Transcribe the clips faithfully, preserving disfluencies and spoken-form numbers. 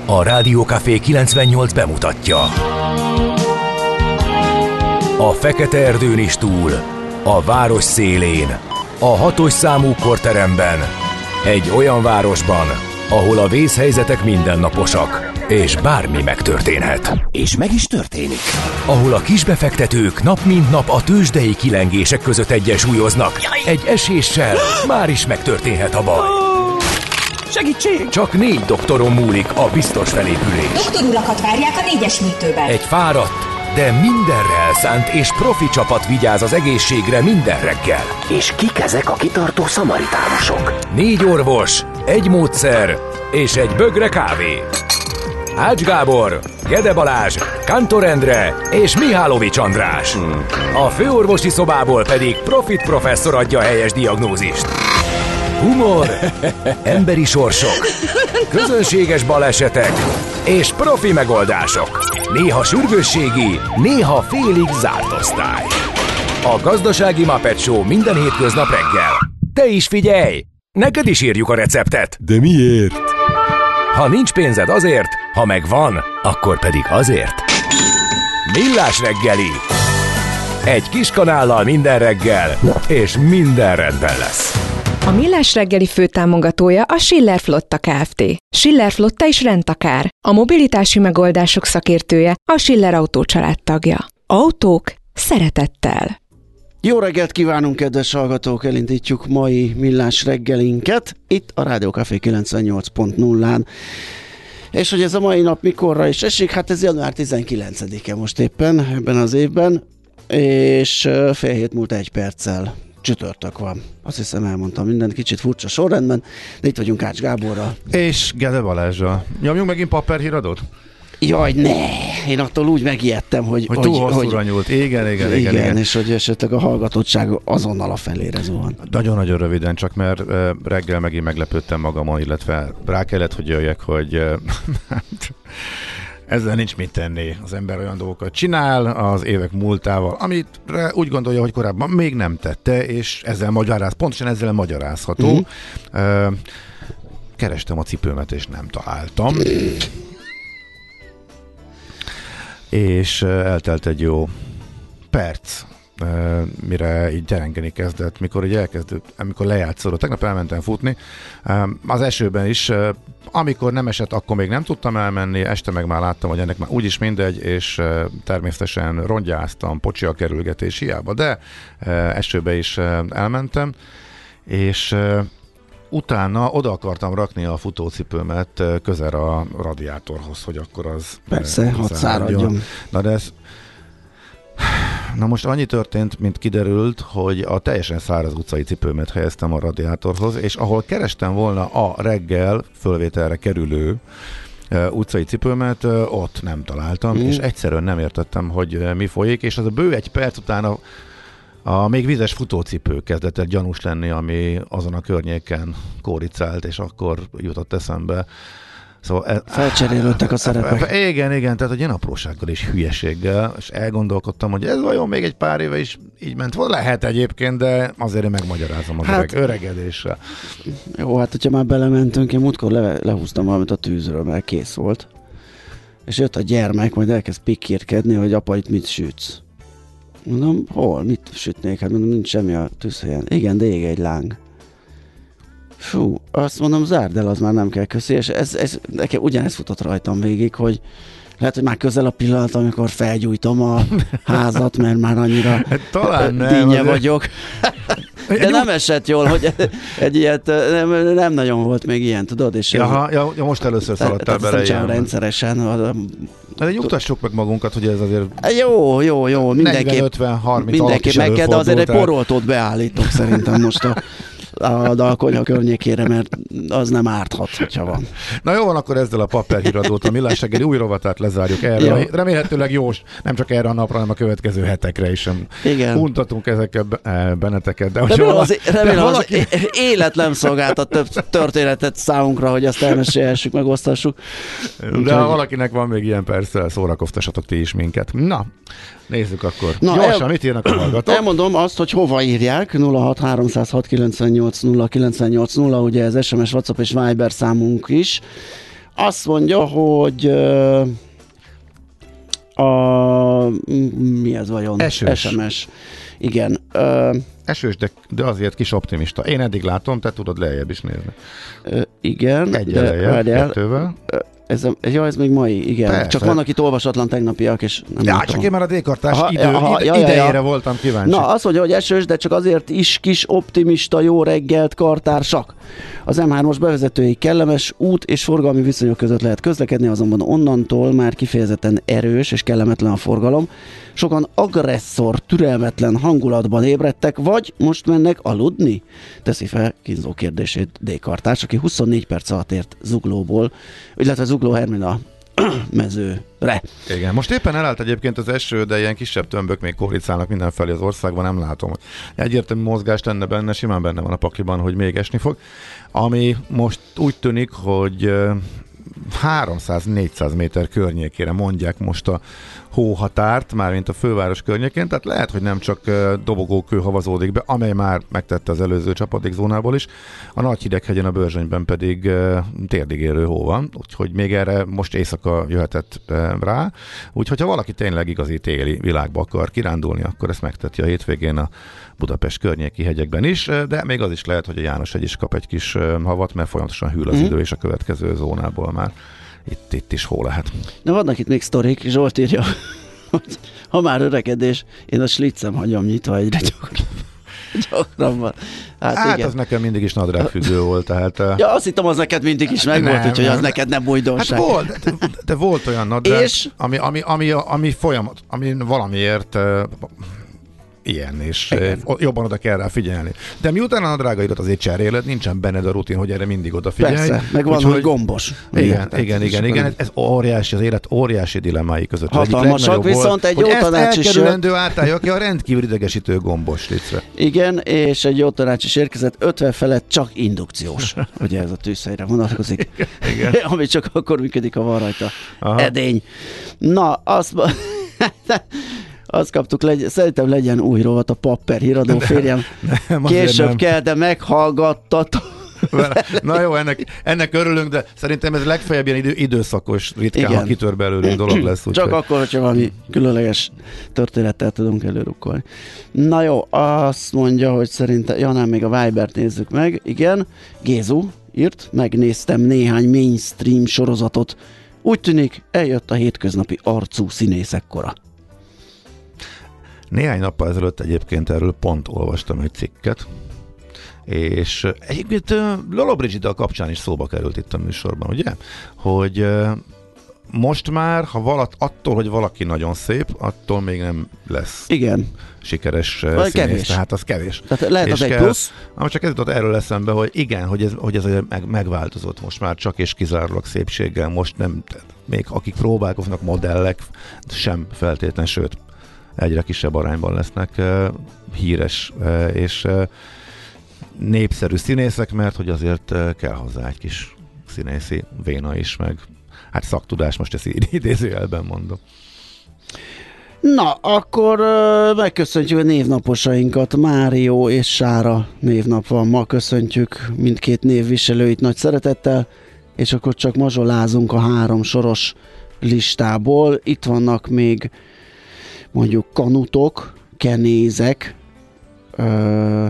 A Rádió Café kilencvennyolc bemutatja. A fekete erdőn is túl, a város szélén, a hatos számú korteremben, egy olyan városban, ahol a vészhelyzetek mindennaposak, és bármi megtörténhet. És meg is történik. Ahol a kisbefektetők nap mint nap a tőzsdei kilengések között egyensúlyoznak. Egy eséssel már is megtörténhet a baj. Segítség! Csak négy doktoron múlik a biztos felépülés. Doktor urakat várják a négyes műtőben. Egy fáradt, de mindenre elszánt és profi csapat vigyáz az egészségre minden reggel. És kik ezek a kitartó szamaritánusok? Négy orvos, egy módszer és egy bögre kávé. Ács Gábor, Gede Balázs, Kántor Endre és Mihálovics András. Hmm. A főorvosi szobából pedig Profit professzor adja a helyes diagnózist. Humor, emberi sorsok, közönséges balesetek és profi megoldások. Néha sürgősségi, néha félig zárt osztály. A Gazdasági Muppet Show minden hétköznap reggel. Te is figyelj! Neked is írjuk a receptet. De miért? Ha nincs pénzed azért, ha megvan, akkor pedig azért. Millás reggeli. Egy kis kanállal minden reggel, és minden rendben lesz. A Millás reggeli főtámogatója a Schiller Flotta Kft. Schiller Flotta is rendtakár. A mobilitási megoldások szakértője, a Schiller Autó család tagja. Autók szeretettel. Jó reggelt kívánunk, kedves hallgatók! Elindítjuk mai Millás reggelinket itt a Rádió Café kilencvennyolc pont nullán. És hogy ez a mai nap mikorra is esik? Hát ez január tizenkilencedike most éppen ebben az évben, és fél hét múlt egy perccel. Csütörtök van. Azt hiszem elmondtam mindent, kicsit furcsa sorrendben, de itt vagyunk Ács Gáborral. És Gede Balázsral. Nyomjunk megint papperhíradót? Jaj, ne! Én attól úgy megijedtem, hogy... Hogy túl hosszúra nyúlt. Igen, igen, igen, igen, igen. És hogy esetleg a hallgatottság azonnal a felére zuhan. Nagyon-nagyon röviden, csak mert reggel megint meglepődtem magamon, illetve rá kellett, hogy jöjjek, hogy... Ezzel nincs mit tenni. Az ember olyan dolgokat csinál az évek múltával, amit úgy gondolja, hogy korábban még nem tette, és ezzel magyaráz, pontosan ezzel magyarázható. Uh-huh. Kerestem a cipőmet, és nem találtam. És eltelt egy jó perc, mire így gyerengeni kezdett, mikor így elkezdett, amikor lejátszódott. Tegnap elmentem futni, az esőben is, amikor nem esett, akkor még nem tudtam elmenni, este meg már láttam, hogy ennek már úgyis mindegy, és természetesen rongyáztam, pocsi a kerülgetés hiába, de esőbe is elmentem, és utána oda akartam rakni a futócipőmet közel a radiátorhoz, hogy akkor az... Persze, hadd száradjon. Na de ez... Na most annyi történt, mint kiderült, hogy a teljesen száraz utcai cipőmet helyeztem a radiátorhoz, és ahol kerestem volna a reggel fölvételre kerülő uh, utcai cipőmet, uh, ott nem találtam, mm. és egyszerűen nem értettem, hogy uh, mi folyik, és az a bő egy perc után a, a még vizes futócipő kezdett el gyanús lenni, ami azon a környéken kóricált, és akkor jutott eszembe. Szóval e, felcserélődtek a szerepek. Igen, igen, tehát egy ilyen aprósággal és hülyeséggel, és elgondolkodtam, hogy ez vajon még egy pár éve is így ment. Lehet egyébként, de azért én megmagyarázom az hát, öreg, öregedéssel. Jó, hát hogyha már belementünk, én múltkor le, lehúztam valamit a tűzről, mert kész volt. És jött a gyermek, majd elkezd pikírkedni, hogy apa, itt mit sütsz? Mondom, hol? Mit sütnék? Hát mondom, nincs semmi a tűzhelyen. Igen, de ég egy láng. Fú, azt mondom, zárd el, az már nem kell, köszi, és ez, ez, nekem ugyanez futott rajtam végig, hogy lehet, hogy már közel a pillanat, amikor felgyújtom a házat, mert már annyira hát, talán nem, dínye vagyok. De nem esett jól, hogy egy ilyet, nem, nem nagyon volt még ilyen, tudod? És Jaha, ja, ja, most először szaladtál bele ilyen. Rendszeresen. De nyugtassuk meg magunkat, hogy ez azért jó, jó, jó, mindenképp ötven harminc mindenképp meg kell, de azért egy poroltót beállítok szerintem most a a dalkonyha környékére, mert az nem árthat, hogyha van. Na jó van, akkor ezzel a papperhíradót, a Millás reggeli új rovatát lezárjuk erre. Ja. Remélhetőleg jó, nem csak erre a napra, hanem a következő hetekre is. Igen. Untatunk ezekkel benneteket. De remélem valaki, az, remélem valaki... az élet nem szolgáltat több történetet számunkra, hogy azt elmesélhessük, megosztassuk. De úgy, ha valakinek van még ilyen, persze szórakoztassatok ti is minket. Na, nézzük akkor. Na, gyorsan, el... mit írnak a hallgatók? Elmondom azt, hogy hova írják. nulla hat háromszázhat kilencvennyolc nulla kilencvennyolc nulla, ugye ez es em es, WhatsApp és Viber számunk is. Azt mondja, hogy uh, a mi ez vajon? Esős. es em es. Igen. Uh, Esős, de, de azért kis optimista. Én eddig látom, te tudod lejjebb is nézni. uh, igen. Egyel lejjebb, kettővel. Uh, Ez, ez, ja, ez még mai, igen. Persze. Csak vannak itt olvasatlan tegnapiak, és nem Ja, látom. csak én már a D-kartás Aha, idő, aha, ide, ja, ja, idejére ja. voltam kíváncsi. Na, azt mondja, hogy esős, de csak azért is kis optimista, jó reggelt, kartársak. Az em hármas bevezetői kellemes út és forgalmi viszonyok között lehet közlekedni, azonban onnantól már kifejezetten erős és kellemetlen a forgalom. Sokan agresszor, türelmetlen hangulatban ébredtek, vagy most mennek aludni? Teszi fel kínzó kérdését D-kartárs, aki huszonnégy perc alatt ért Zuglóból, illetve Zugló Hermina mezőre. Igen, most éppen elállt egyébként az eső, de ilyen kisebb tömbök még koricálnak mindenfelé az országban, nem látom. Egyértelmű mozgást tenne benne, simán benne van a pakliban, hogy még esni fog. Ami most úgy tűnik, hogy háromszáz-négyszáz méter környékére mondják most a hóhatárt, mármint a főváros környékén, tehát lehet, hogy nem csak dobogókő havazódik be, amely már megtette az előző csapadékzónából is, a Nagyhideghegyen, a Börzsönyben pedig térdig érő hó van, úgyhogy még erre most éjszaka jöhetett rá, úgyhogy ha valaki tényleg igazi téli világba akar kirándulni, akkor ezt megteti a hétvégén a Budapest környéki hegyekben is, de még az is lehet, hogy a Jánoshegy is kap egy kis havat, mert folyamatosan hűl az mm-hmm. idő, és a következő zónából már itt, itt is hó lehet. De vannak itt még sztorik, Zsolt írja, hogy ha már öregedés, én a slitzem hagyom nyitva egyre gyakrabban. Hát, hát igen. az nekem mindig is nadrágfüggő volt, tehát... Ja, azt hittem, az neked mindig is megvolt, úgyhogy az neked nem újdonság. Hát volt, de, de volt olyan nadrág, és? Ami, ami, ami, ami folyamat, ami valamiért... Uh, ilyen, és igen. Jobban oda kell rá figyelni. De miután a nadrágaidat azért cseréled, nincsen benned a rutin, hogy erre mindig odafigyelj. Persze, meg van, úgy, hogy gombos. Igen, igen, igen, igen, igen. Ez óriási, az élet óriási dilemmái között. Hatalmasak, viszont egy jó tanács is elkerülendő általja, aki a rendkívül idegesítő gombos licre. Igen, és egy jó tanács is érkezett, ötven felett csak indukciós. Ugye ez a tűzhelyre vonatkozik. Igen. Ami csak akkor működik, ha van rajta aha. edény. Na, azt... Azt kaptuk, legy- szerintem legyen új rovat a papper híradó férjem. Nem, később kell, de meghallgattatok. Na jó, ennek, ennek örülünk, de szerintem ez legfeljebb ilyen idő, időszakos, ritkán, ha kitör belőlünk dolog lesz. Csak úgy, akkor, hogyha valami különleges történettel tudunk előrukkolni. Na jó, azt mondja, hogy szerintem, ja nem, még a Vibert nézzük meg. Igen, Gézu írt, megnéztem néhány mainstream sorozatot. Úgy tűnik, eljött a hétköznapi arcú színészek kora. Néhány nappal ezelőtt egyébként erről pont olvastam egy cikket, és egyébként Lolo Brigida kapcsán is szóba került itt a műsorban, ugye? Hogy most már, ha valat, attól, hogy valaki nagyon szép, attól még nem lesz igen. sikeres vagy színész, kevés. tehát az kevés. Tehát lehet és az egy kell, plusz. Most csak ez jutott erről eszembe, hogy igen, hogy ez, hogy ez meg, megváltozott most már csak és kizárólag szépséggel, most nem, még akik próbálkoznak modellek, sem feltétlen, sőt, egyre kisebb arányban lesznek uh, híres uh, és uh, népszerű színészek, mert hogy azért uh, kell hozzá egy kis színészi véna is, meg hát szaktudás, most ezt idézőjelben mondom. Na, akkor uh, megköszöntjük a névnaposainkat. Mário és Sára névnap van ma, köszöntjük mindkét névviselőit nagy szeretettel, és akkor csak mazsolázunk a három soros listából. Itt vannak még mondjuk kanutok, kenézek, ö,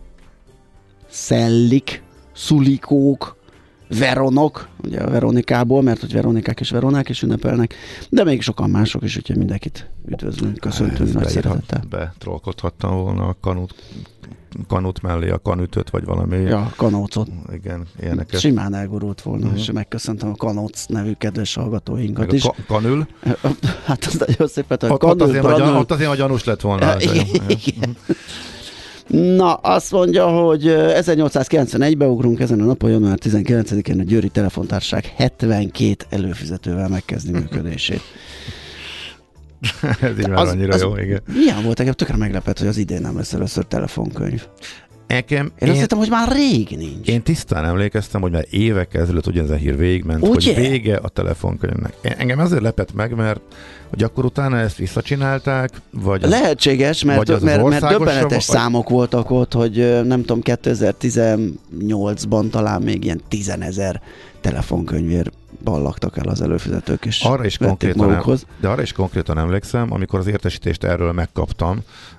szellik, szulikók, veronok, ugye a Veronikából, mert hogy Veronikák és Veronák is ünnepelnek, de még sokan mások is, úgyhogy mindenkit üdvözlünk, köszöntünk nagy szeretettel. Betrollkodhattam volna a kanut, kanut mellé a kanütöt, vagy valami. Ja, kanócot. Igen, ilyeneket. Simán elgurult volna, uh-huh. és megköszöntem a Kanóc nevű kedves hallgatóinkat meg is. Ka- kanül? Hát az nagyon szépen, hogy ott, kanül, ott, azért gyan, ott azért a gyanús lett volna. Igen. Na, azt mondja, hogy ezernyolcszázkilencvenegybe ugrunk ezen a napon, január tizenkilencedikén a Győri Telefontársaság hetvenkét előfizetővel megkezdi működését. Ez így már annyira jó, igen. Milyen volt, engem tökre meglepett, hogy az idén nem lesz először telefonkönyv. Nekem, én, én azt hittem, hogy már rég nincs. Én tisztán emlékeztem, hogy már évekkel ezelőtt ugyanez a hír végigment, ugye? Hogy vége a telefonkönyvnek. Engem azért lepett meg, mert hogy akkor utána ezt visszacsinálták, vagy az, lehetséges, mert, vagy az mert, mert döbbenetes vagy... számok voltak ott, hogy nem tudom, kétezer-tizennyolcban talán még ilyen tízenezer telefonkönyvért ballagtak el az előfizetők, és arra is vették konkrétan magukhoz. Nem, de arra is konkrétan emlékszem, amikor az értesítést erről megkaptam,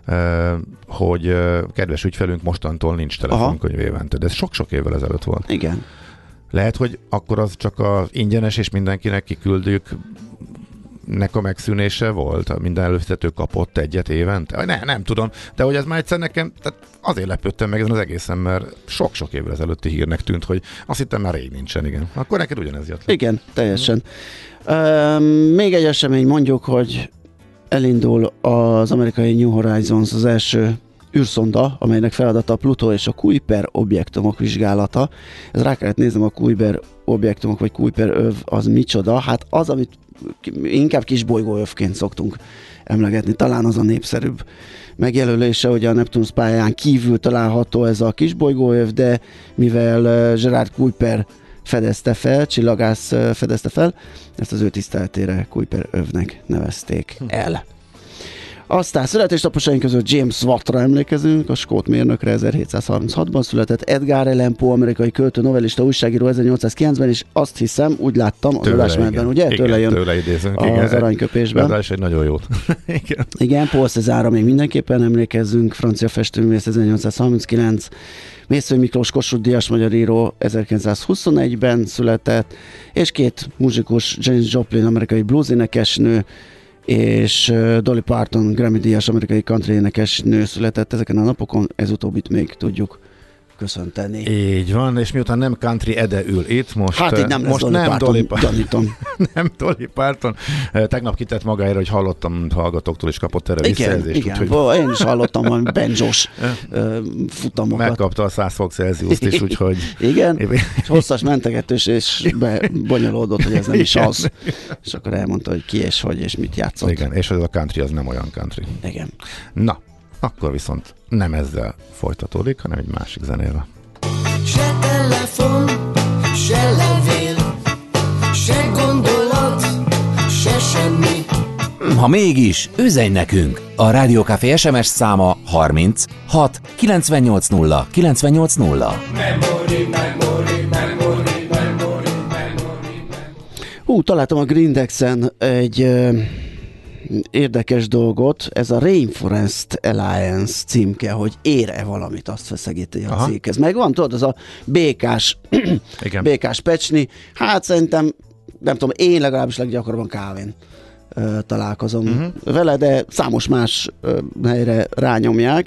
hogy kedves ügyfelünk mostantól nincs telefonkönyv évente. De ez sok-sok évvel ezelőtt volt. Igen. Lehet, hogy akkor az csak az ingyenes és mindenkinek kiküldjük nek a megszűnése volt? Minden előfizető kapott egyet évente? Ne, nem tudom, de hogy ez már egyszer nekem, tehát azért lepődtem meg ezen az egészen, mert sok-sok évvel ezelőtti hírnek tűnt, hogy azt hittem már rég nincsen, igen. Akkor neked ugyanez jött le. Igen, teljesen. Uh, még egy esemény, mondjuk, hogy elindul az amerikai New Horizons, az első űrszonda, amelynek feladata a Pluto és a Kuiper objektumok vizsgálata. Ez rá kellett néznem, a Kuiper objektumok, vagy Kuiper öv, az micsoda? Hát az, amit inkább kisbolygó övként szoktunk emlegetni. Talán az a népszerűbb megjelölése, hogy a Neptunus pályán kívül található ez a kisbolygó öv, de mivel Gerard Kuiper fedezte fel, csillagász fedezte fel, ezt az ő tiszteletére Kuiper övnek nevezték el. Aztán születésnaposaink között James Wattra emlékezünk, a skót mérnökre, ezerhétszázharminchatban született, Edgar Allan Poe, amerikai költő, novellista, újságíró ezernyolcszázkilencben, és azt hiszem, úgy láttam az adásmenetben, ugye? Igen, tőle jön tőle idézünk, az igen, aranyköpésben. Ráadásul egy nagyon jót. igen. Igen, Paul Cézarra még mindenképpen emlékezzünk, francia festőművész ezernyolcszázharminckilenc, Mészöly Miklós Kossuth-díjas magyar író ezerkilencszázhuszonegyben született, és két muzsikus, Janis Joplin, amerikai blues énekesnő, és Dolly Parton, Grammy-díjas amerikai country énekesnő született ezeken a napokon, ez utóbbit még tudjuk köszönteni. Így van, és miután nem Country Ede ül itt, most, hát így nem lesz most Dolly nem Parton, Dolly Parton, gyanítom. nem Dolly Parton. Tegnap kitett magára, hogy hallottam hallgatóktól, és kapott erre Igen, visszajelzést. igen. Úgyhogy... Én is hallottam a benjós futamokat. Megkapta a száz fok Celsiust is, úgyhogy... Igen, és hosszas mentegetős, és bebonyolódott, hogy ez nem is az. És akkor elmondta, hogy ki és hogy, és mit játszott. Igen, és ez a country az nem olyan country. Igen. Na, akkor viszont nem ezzel folytatódik, hanem egy másik zenével. Se telefon, se levél, se gondolat, se semmi. Ha mégis, üzenj nekünk! A Rádió Café es em es száma harminc hat kilencvennyolc nulla kilencvennyolc nulla. Hú, találtam a Grindexen egy ö, érdekes dolgot, ez a Rainforest Alliance címke, hogy ér-e valamit, azt feszegíti a cikk. Ez megvan, tudod, az a békás, békás pecsni, hát szerintem, nem tudom, én legalábbis leggyakorabban kávén ö, találkozom uh-huh. vele, de számos más ö, helyre rányomják.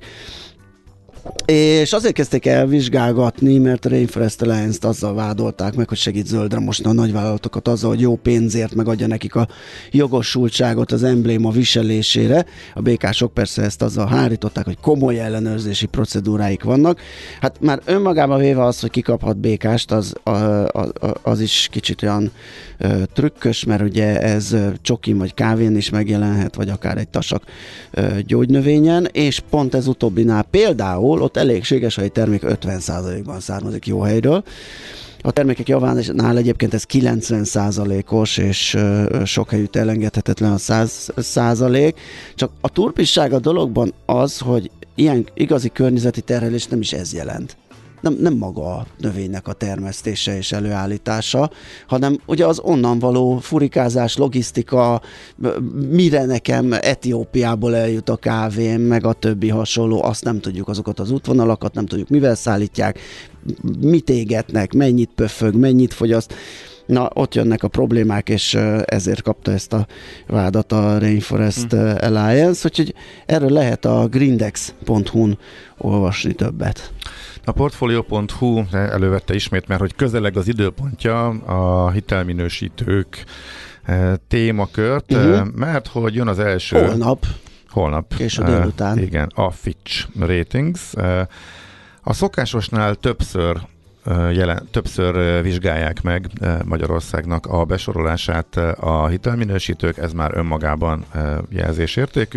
És azért kezdték el vizsgálgatni, mert a Rainforest Alliance-t azzal vádolták meg, hogy segít zöldre most a nagyvállalatokat azzal, hogy jó pénzért megadja nekik a jogosultságot az embléma viselésére. A békások persze ezt azzal hárították, hogy komoly ellenőrzési procedúráik vannak. Hát már önmagában véve az, hogy kikaphat békást, az, a, a, az is kicsit olyan ö, trükkös, mert ugye ez csokin vagy kávén is megjelenhet, vagy akár egy tasak ö, gyógynövényen, és pont ez utóbbinál például ott elégséges, hogy egy termék ötven százalékban származik jó helyről. A termékek javánál egyébként ez kilencven százalékos, és sok helyütt elengedhetetlen a száz százalék. Csak a turpisság a dologban az, hogy ilyen igazi környezeti terhelés nem is ez jelent. Nem, nem maga a növénynek a termesztése és előállítása, hanem ugye az onnan való furikázás, logisztika, mire nekem Etiópiából eljut a kávém, meg a többi hasonló, azt nem tudjuk, azokat az útvonalakat, nem tudjuk, mivel szállítják, mit égetnek, mennyit pöfög, mennyit fogyaszt. Na, ott jönnek a problémák, és ezért kapta ezt a vádat a Rainforest hmm. Alliance, úgyhogy erről lehet a grindex pont hu-n olvasni többet. A portfolio pont hu elővette ismét, mert hogy közeleg az időpontja a hitelminősítők témakört, uh-huh. mert hogy jön az első... Holnap. Holnap. Késő délután. Igen, a Fitch Ratings. A szokásosnál többször Jelen, többször vizsgálják meg Magyarországnak a besorolását a hitelminősítők, ez már önmagában jelzésértékű.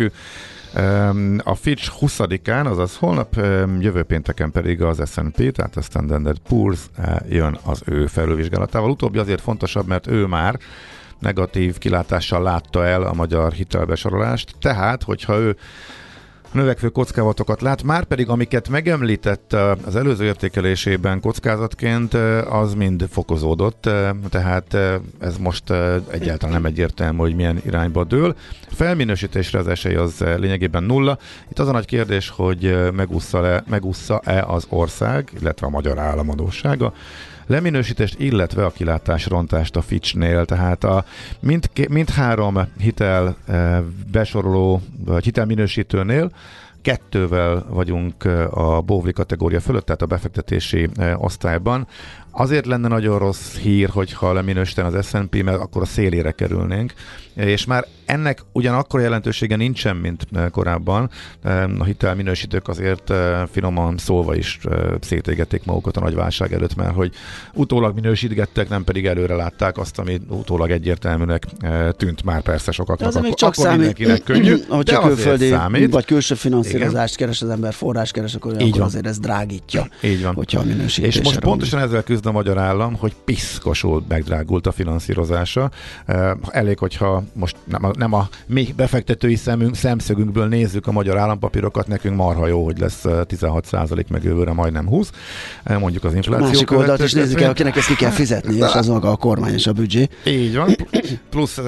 A Fitch huszadikán, azaz holnap, jövő pénteken pedig az es and pé, tehát a Standard and Poor's jön az ő felülvizsgálatával. Utóbbi azért fontosabb, mert ő már negatív kilátással látta el a magyar hitelbesorolást, tehát hogyha ő növekvő kockázatokat lát, már pedig amiket megemlített az előző értékelésében kockázatként, az mind fokozódott, tehát ez most egyáltalán nem egyértelmű, hogy milyen irányba dől. Felminősítésre az esély az lényegében nulla. Itt az a nagy kérdés, hogy megúszza-e, megúszza-e az ország, illetve a magyar államadóssága leminősítést, illetve a kilátásrontást a Fitchnél, tehát a mind, mindhárom hitel besoroló, vagy hitelminősítőnél kettővel vagyunk a Bovli kategória fölött, tehát a befektetési osztályban. Azért lenne nagyon rossz hír, hogyha leminősíten az es and pé, mert akkor a szélére kerülnénk, és már ennek ugyanakkor jelentősége nincsen, mint korábban. A hitelminősítők azért finoman szólva is szétégették magukat a nagy válság előtt, mert hogy utólag minősítgettek, nem pedig előre látták azt, ami utólag egyértelműnek tűnt, már persze sokaknak. Akkor, csak akkor mindenkinek könnyű, de a külföldi számít. Vagy külső finanszírozást keres az ember, forrás keres, akkor, akkor azért ez drágítja. Így van. Hogyha a minősítés. És most pontosan ezzel küzd a magyar állam, hogy piszkosul megdrágult a finanszírozása. Elég, hogyha most nem a, nem a mi befektetői szemünk, szemszögünkből nézzük a magyar állampapírokat, nekünk marha jó, hogy lesz tizenhat százalék, meg jövőre majdnem húsz, mondjuk az infláció. Másik oldalt is nézzük el, akinek ezt ki kell fizetni, és az maga a kormány és a büdzsé. Így van, plusz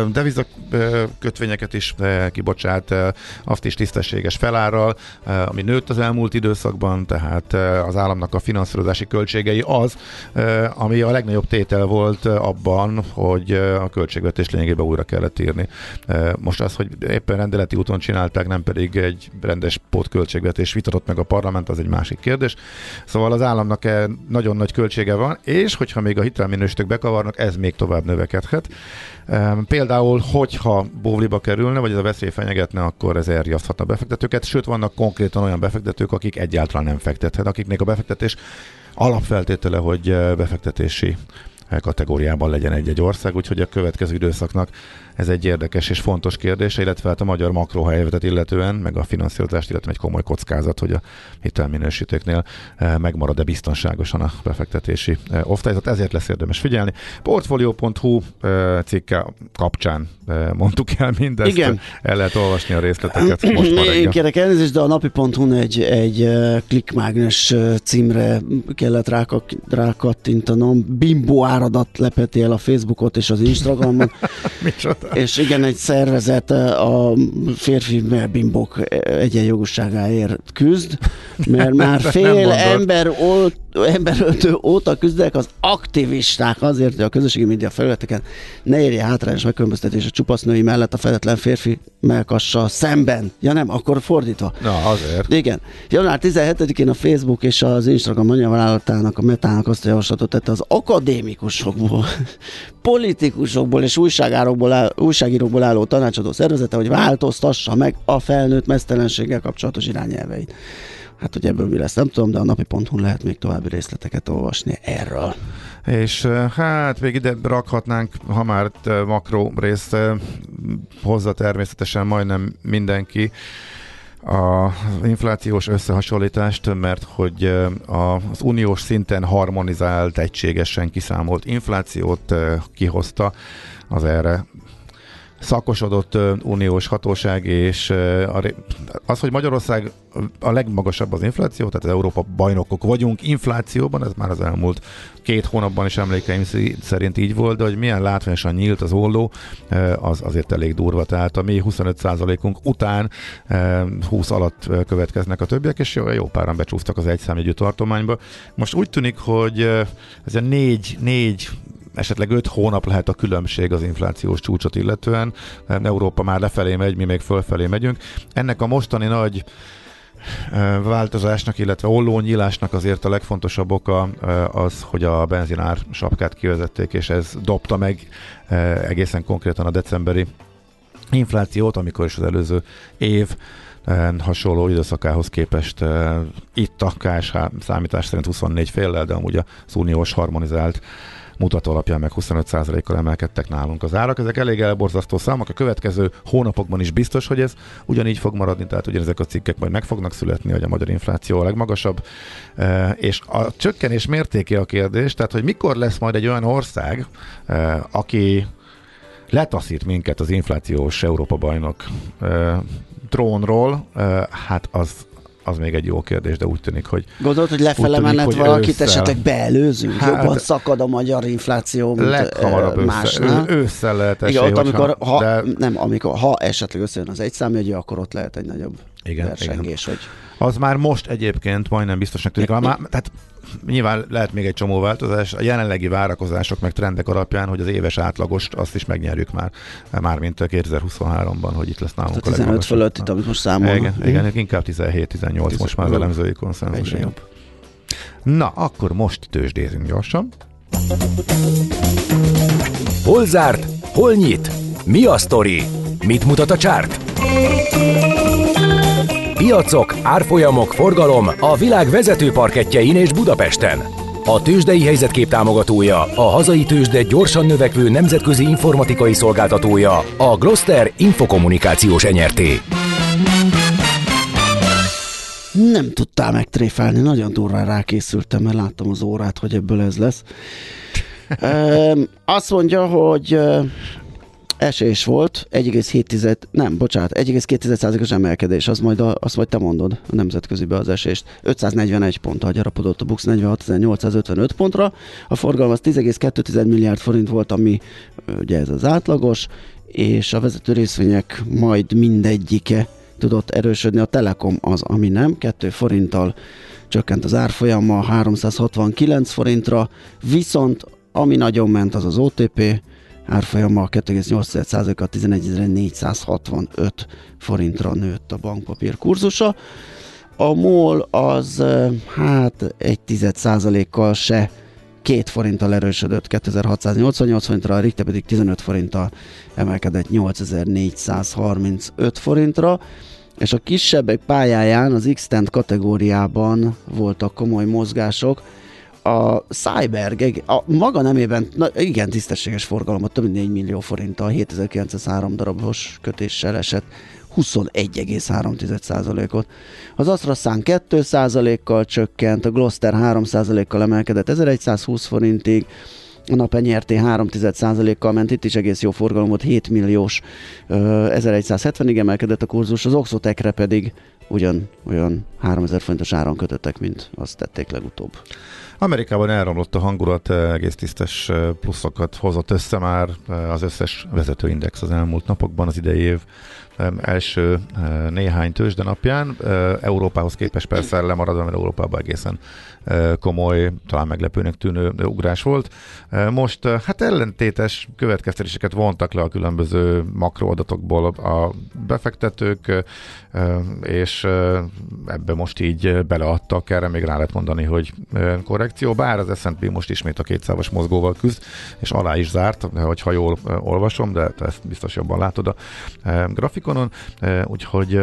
devizakötvényeket is kibocsát, azt is tisztességes felárral, ami nőtt az elmúlt időszakban, tehát az államnak a finanszírozási költségei az, ami a legnagyobb tétel volt abban, hogy a költségvetés lényegében újra kellett írni. Most az, hogy éppen rendeleti úton csinálták, nem pedig egy rendes pótköltségvetés vitatott meg a parlament, az egy másik kérdés. Szóval az államnak nagyon nagy költsége van, és hogyha még a hitelminősítők bekavarnak, ez még tovább növekedhet. Például, hogyha Bovliba kerülne, vagy ez a veszély fenyegetne, akkor ez elriaszthatna a befektetőket, sőt vannak konkrétan olyan befektetők, akik egyáltalán nem fektethet, akiknek a befektetés alapfeltétele, hogy befektetési kategóriában legyen egy-egy ország, úgyhogy a következő időszaknak ez egy érdekes és fontos kérdés, illetve hát a magyar makrohelyzetet illetően, meg a finanszírozást illetve egy komoly kockázat, hogy a hitelminősítőknél megmarad-e biztonságosan a befektetési osztályzat, ezért lesz érdemes figyelni. Portfolio pont hu cikke kapcsán mondtuk el mindezt, igen. El lehet olvasni a részleteket most ma reggel. Én kérek elnézést, de a napi pont hu-n egy, egy klikmágnes címre kellett rákattintanom. Bimbo áradat lepeti el a Facebookot és az Instagramon. És igen, egy szervezet a férfi bimbók egyenjogúságáért küzd, mert már fél ember, olt, emberöltő óta küzdek az aktivisták azért, hogy a közösségi média felületeken ne érje hátrányos megkülönböztetés a csupasz női mellett a fedetlen férfi melkassal szemben. Ja nem, akkor fordítva. Na, azért. Igen. január tizenhetedikén a Facebook és az Instagram anyavállalatának, a Metának azt a javaslatot tette az akadémikusokból, politikusokból és újságírókból, áll, újságírókból álló tanácsadó szervezete, hogy változtassa meg a felnőtt meztelenséggel kapcsolatos irányelveit. Hát, hogy ebből mi lesz, nem tudom, de a napi pont hu-n lehet még további részleteket olvasni erről. És hát még ide rakhatnánk, ha már makró részt hozza természetesen majdnem mindenki az inflációs összehasonlítást, mert hogy az uniós szinten harmonizált, egységesen kiszámolt inflációt kihozta az erre szakosodott uniós hatóság, és az, hogy Magyarország a legmagasabb az infláció, tehát az Európa bajnokok vagyunk inflációban, ez már az elmúlt két hónapban is emlékeim szerint így volt, de hogy milyen látványosan nyílt az olló, az azért elég durva. Tehát a mi huszonöt százalékunk után húsz alatt következnek a többiek, és jó, jó páran becsúsztak az egyszámjegyű tartományba. Most úgy tűnik, hogy ez a négy, négy esetleg öt hónap lehet a különbség az inflációs csúcsot illetően. Európa már lefelé megy, mi még fölfelé megyünk. Ennek a mostani nagy változásnak, illetve ollónyílásnak azért a legfontosabb oka az, hogy a benzinár sapkát kivezették, és ez dobta meg egészen konkrétan a decemberi inflációt, amikor is az előző év hasonló időszakához képest itt a ká es há számítás szerint huszonnégy féllel, de amúgy az uniós harmonizált mutató alapján meg huszonöt százalékkal emelkedtek nálunk az árak. Ezek elég elborzasztó számok. A következő hónapokban is biztos, hogy ez ugyanígy fog maradni, tehát ugyanezek a cikkek majd meg fognak születni, hogy a magyar infláció a legmagasabb. E, és a csökkenés mértéke a kérdés, tehát hogy mikor lesz majd egy olyan ország, e, aki letaszít minket az inflációs Európa bajnok e, trónról, hát az az még egy jó kérdés, de úgy tűnik, hogy... Gondolod, hogy lefele tűnik, menet hogy valakit ősszel, esetleg beelőzünk? hát, Jobban szakad a magyar infláció, mint leghamarabb másnál. Ősszel, ősszel lehet esély, igen, ott, amikor, ha, de... nem, amikor, ha esetleg összejön az egy számjegyű, akkor ott lehet egy nagyobb igen, versengés. Igen. Hogy... Az már most egyébként majdnem biztosnak tűnik. Már, tehát nyilván lehet még egy csomó változás. A jelenlegi várakozások meg trendek alapján, hogy az éves átlagost azt is megnyerjük már, mármint kétezer-huszonháromban, hogy itt lesz nálunk a tizenöt fölött itt, amit most számolnak. Igen, igen, inkább tizenhét tizennyolc most már az elemzői konszenzus. Na, akkor most tőzsdézünk gyorsan. Hol zárt? Hol nyit? Mi a sztori? Mit mutat a csárt? Piacok, árfolyamok, forgalom a világ vezető parkettjein és Budapesten. A tőzsdei helyzetkép támogatója, a hazai tőzsde gyorsan növekvő nemzetközi informatikai szolgáltatója, a Gloster Infokommunikációs enyerté. Nem tudtál megtréfálni, nagyon durván rákészültem, mert láttam az órát, hogy ebből ez lesz. e, azt mondja, hogy esés volt, egy egész hét, nem, bocsánat, egy egész két százalékos emelkedés, az majd a, azt majd te mondod a nemzetközibe az esést. ötszáznegyvenegy ponttal gyarapodott a Bux negyvenhatezer-nyolcszázötvenöt pontra, a forgalom az tíz egész kettő milliárd forint volt, ami ugye ez az átlagos, és a vezető részvények majd mindegyike tudott erősödni, a Telekom az, ami nem, két forinttal csökkent az árfolyama háromszázhatvankilenc forintra, viszont ami nagyon ment, az az o té pé, árfolyama két egész nyolc százalékkal tizenegyezer-négyszázhatvanöt forintra nőtt a bankpapír kurzusa. A MOL az hát egy tized százalékkal se két forinttal erősödött kétezer-hatszáznyolcvannyolc forintra, a Richter pedig tizenöt forinttal emelkedett nyolcezer-négyszázharmincöt forintra, és a kisebbek pályáján az X-Tent kategóriában voltak komoly mozgások. A Cyberg a maga nemében na, igen tisztességes forgalomot, több mint négy millió forinttal, hétezer-kilencszázhárom darabos kötéssel esett huszonegy egész három százalékot. Az AstraZán két százalékkal csökkent, a Gloster három százalékkal emelkedett ezeregyszázhúsz forintig, a napenyerté három százalékkal ment, itt is egész jó forgalom volt, hét milliós, ezeregyszázhetvenig emelkedett a kurzus, az Oxotecre pedig ugyan olyan háromezer forintos áron kötöttek, mint azt tették legutóbb. Amerikában elromlott a hangulat, egész tisztes pluszokat hozott össze már az összes vezetőindex az elmúlt napokban, az idei év első néhány tőzsdenapján. Európához képest persze lemaradva, mert Európában egészen komoly, talán meglepőnek tűnő ugrás volt. Most hát ellentétes következtetéseket vontak le a különböző makroadatokból a befektetők, és ebbe most így beleadtak, erre még rá lehet mondani, hogy korrekció, bár az es and pé most ismét a kétszávas mozgóval küzd, és alá is zárt, hogyha jól olvasom, de ezt biztos jobban látod a grafikonon, úgyhogy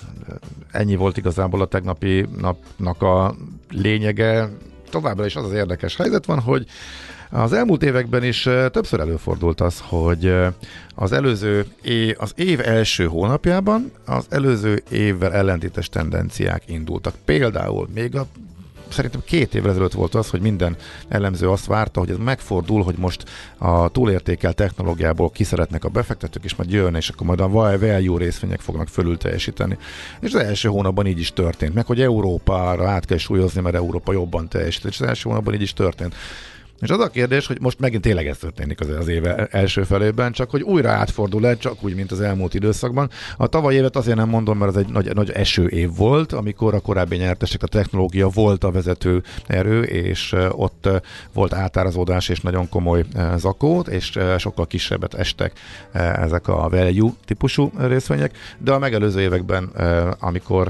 ennyi volt igazából a tegnapi napnak a lényege. Továbbra is az az érdekes helyzet van, hogy az elmúlt években is többször előfordult az, hogy az előző év, az év első hónapjában az előző évvel ellentétes tendenciák indultak. Például még a szerintem két évvel ezelőtt volt az, hogy minden elemző azt várta, hogy ez megfordul, hogy most a túlértékelt technológiából kiszeretnek a befektetők, és majd jön, és akkor majd a value részvények fognak fölül teljesíteni. És az első hónapban így is történt. Meg, hogy Európára át kell súlyozni, mert Európa jobban teljesít. És az első hónapban így is történt. És az a kérdés, hogy most megint tényleg ez történik az, az év első felében, csak hogy újra átfordul-e, csak úgy, mint az elmúlt időszakban. A tavaly évet azért nem mondom, mert ez egy nagy, nagy eső év volt, amikor a korábbi nyertesek, a technológia volt a vezető erő, és ott volt átárazódás és nagyon komoly zakót, és sokkal kisebbet estek ezek a value típusú részvények, de a megelőző években, amikor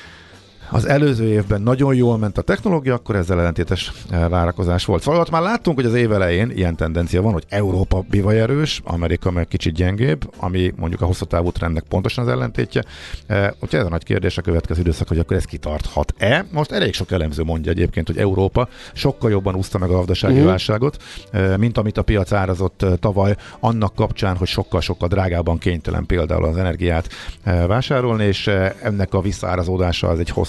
az előző évben nagyon jól ment a technológia, akkor ezzel ellentétes várakozás volt. Szóval ott már láttunk, hogy az év elején ilyen tendencia van, hogy Európa bivaj erős, Amerika meg kicsit gyengébb, ami mondjuk a hosszú távú trendnek pontosan az ellentétje. Úgyhogy ez a nagy kérdés a következő időszak, hogy akkor ez kitarthat-e. Most elég sok elemző mondja egyébként, hogy Európa sokkal jobban úszta meg a gazdasági uh-huh. válságot, mint amit a piac árazott tavaly, annak kapcsán, hogy sokkal-sokkal drágában kénytelen például az energiát vásárolni, és ennek a visszaárazódása az egy hosszabb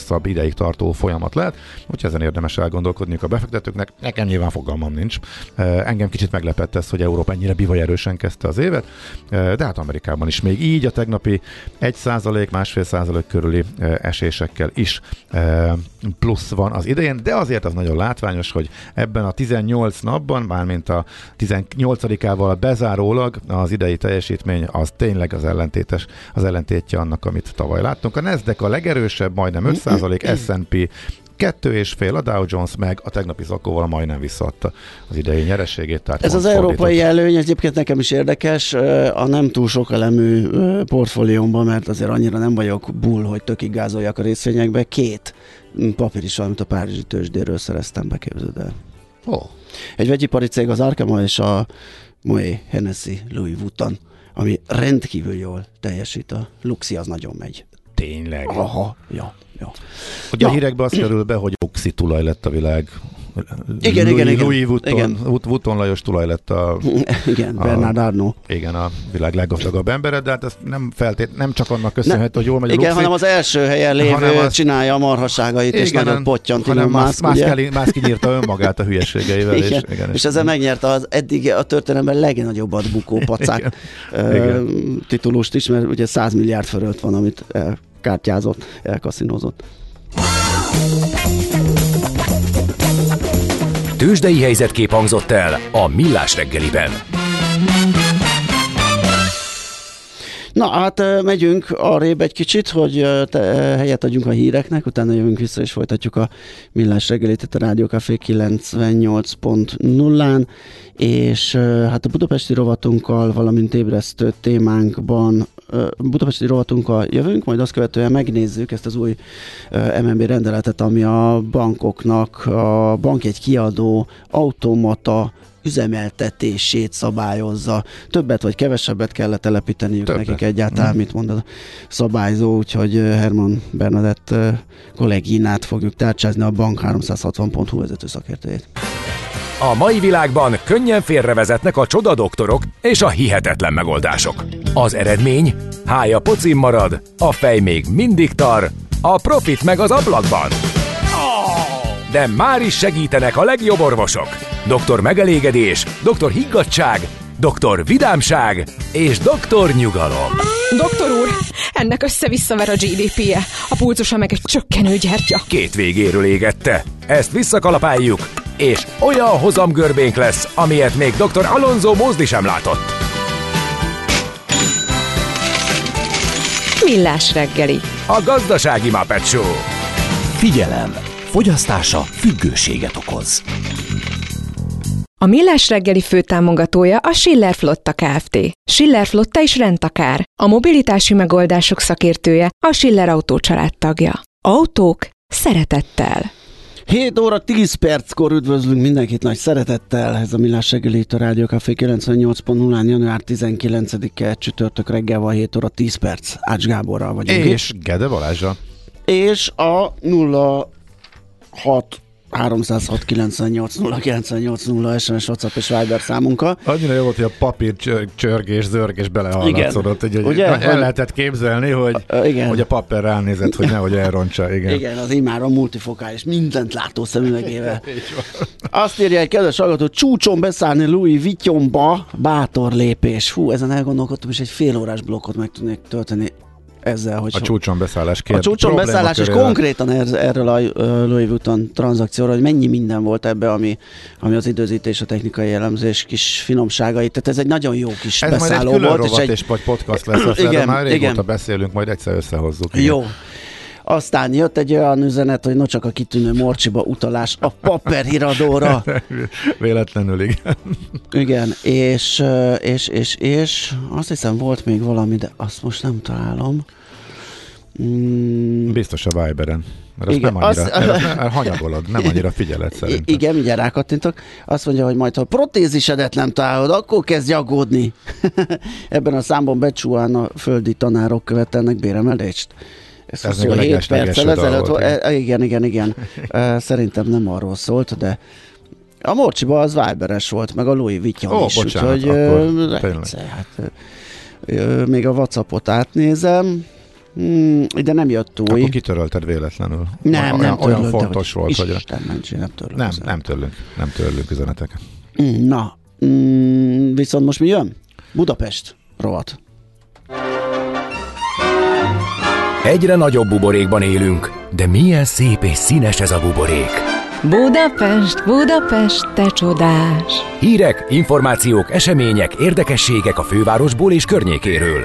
hosszabb ideig tartó folyamat lehet, úgyhogy ezen érdemes elgondolkodniuk a befektetőknek. Nekem nyilván fogalmam nincs. Engem kicsit meglepett ez, hogy Európa ennyire bivaj erősen kezdte az évet, de hát Amerikában is még így a tegnapi egy százalék, másfél százalék körüli esésekkel is plusz van az idején, de azért az nagyon látványos, hogy ebben a tizennyolc napban, mármint a tizennyolcadikával bezárólag az idei teljesítmény az tényleg az ellentétes, az ellentétje annak, amit tavaly láttunk. A Nasdaq a legerősebb, majdnem öt százalék, es and pé kettő és fél, a Dow Jones meg a tegnapi zakóval majdnem visszaadta az idei nyereségét. Tehát ez az fordított. európai előny, egyébként nekem is érdekes, a nem túl sok elemű portfóliómban, mert azért annyira nem vagyok bull, hogy tökig gázoljak a részvényekbe. Két papír is, amit a párizsi tőzsdéről szereztem be, képzeld el. Oh. Egy vegyipari cég, az Arkema és a Moët Hennessy Louis Vuitton, ami rendkívül jól teljesít. A Luxi az nagyon megy. Tényleg? Aha, ja, ja. Ugye Na. a hírekben az kerül be, hogy Luxi tulaj lett a világ. Igen, Louis, igen, igen. Louis Vuitton, igen. Vuitton Lajos tulaj lett a... Igen, a, Bernard Arnault. Igen, a világ leggazdagabb embere, de hát ez nem feltét, nem csak annak köszönhető, hogy jól megy a Igen, Luxi, hanem az első helyen lévő az, csinálja a marhaságait, és igen, nagyon pottyantino hanem Musk, ugye? Musk kinyírta önmagát a hülyeségeivel. Igen, és, igen, és ezzel megnyerte az eddig a történelemben legnagyobbat bukó pacák igen. titulust is, mert ugye száz milliárd fölött van, amit elkártyázott, elkaszinózott. Tőzsdei helyzetkép hangzott el a Millás reggeliben. Na, hát megyünk arrébb egy kicsit, hogy te, helyet adjunk a híreknek, utána jövünk vissza és folytatjuk a Millás reggelit a Rádió Café kilencvennyolc pont nullán, és hát a budapesti rovatunkkal, valamint ébresztő témánkban budapesti rovatunkkal jövünk, majd azt követően megnézzük ezt az új em en bé rendeletet, ami a bankoknak a bankjegy kiadó automata üzemeltetését szabályozza. Többet vagy kevesebbet kell telepíteniük Többet. nekik egyáltalán, mm. mit mond a szabályzó, úgyhogy Herman Bernadett kolléginát fogjuk tárcsázni, a bank háromszázhatvan pont hu vezető szakértőjét. A mai világban könnyen félrevezetnek a csodadoktorok és a hihetetlen megoldások. Az eredmény? Hája pocim marad, a fej még mindig tar, a profit meg az ablakban. De már is segítenek a legjobb orvosok. doktor Megelégedés, doktor Higgadtság, doktor Vidámság és doktor Nyugalom. Doktor úr, ennek össze-visszaver a gé dé pé-je, a pulcosa meg egy csökkenő gyertya. Két végéről égette. Ezt visszakalapáljuk, és olyan hozamgörbénk lesz, amilyet még doktor Alonso Mózdi sem látott. Millás reggeli. A gazdasági Muppet Show. Figyelem! Fogyasztása függőséget okoz. A Millás reggeli főtámogatója a Schiller Flotta Kft. Schiller Flotta is rendtakár. A mobilitási megoldások szakértője, a Schiller Autó család tagja. Autók szeretettel. hét óra tíz perckor üdvözlünk mindenkit nagy szeretettel. Ez a Millás reggeli itt a Rádió Café kilencvennyolc pont nullán, január tizenkilencedike csütörtök reggel van, hét óra tíz perc. Ács Gáborral vagyunk. És Gede Balázsa. És a nulla hat háromszázhat kilencvennyolc nulla kilencvennyolc nulla es em es, WhatsApp és Viber számunkkal. Annyira jó volt, hogy a papír csörgés, zörgés belehallatszódott, hogy Ugye, el hogy... lehetett képzelni, hogy, igen. hogy a papír ránézett, hogy nehogy elrontsa. Igen, igen, az imáron multifokális, mindent látó szemüvegével. Azt írja egy kedves hallgató, csúcson beszállni Louis Vuittonba, bátor lépés. Hú, ezen elgondolkodtam, és egy fél órás blokkot meg tudnék tölteni ezzel, hogy... A csúcson beszállás két A csúcson beszállás, és konkrétan er, erről a Louis Vuitton tranzakcióra, hogy mennyi minden volt ebbe, ami, ami az időzítés, a technikai elemzés kis finomságai. Tehát ez egy nagyon jó kis ez beszálló volt. Ez volt. És egy és vagy podcast lesz, azt igen, már régóta igen. beszélünk, majd egyszer összehozzuk. Igen. Jó. Aztán jött egy olyan üzenet, hogy nocsak a kitűnő Morcsiba utalás a papírhíradóra. Véletlenül, igen. Igen, és, és, és, és azt hiszem volt még valami, de azt most nem találom. Mm. Biztos a Viberen. Mert igen, nem annyira, az... nem, hanyagolod, nem annyira figyeled szerintem. Igen, mindjárt rákattintok. Azt mondja, hogy majd ha a protézisedet nem találod, akkor kezdj aggódni. Ebben a számban becsúán a földi tanárok követelnek béremelést. Ez, Ez még a hét perccel ezelőtt volt. E, igen, igen, igen. Szerintem nem arról szólt, de a Morcsiba az Viberes volt, meg a Louis Vuitton Ó, is. bocsánat, úgyhogy akkor egyszer, hát, még a WhatsAppot átnézem. Hmm, ide nem jött új. Akkor kitörölted véletlenül. Nem, olyan, nem törlöm, olyan fontos hogy volt, hogy... Isten ments, én nem törlök. Nem, nem törlünk, nem törlünk üzeneteket. Na, mm, viszont most mi jön? Budapest rovat. Egyre nagyobb buborékban élünk, de milyen szép és színes ez a buborék. Budapest, Budapest, te csodás! Hírek, információk, események, érdekességek a fővárosból és környékéről.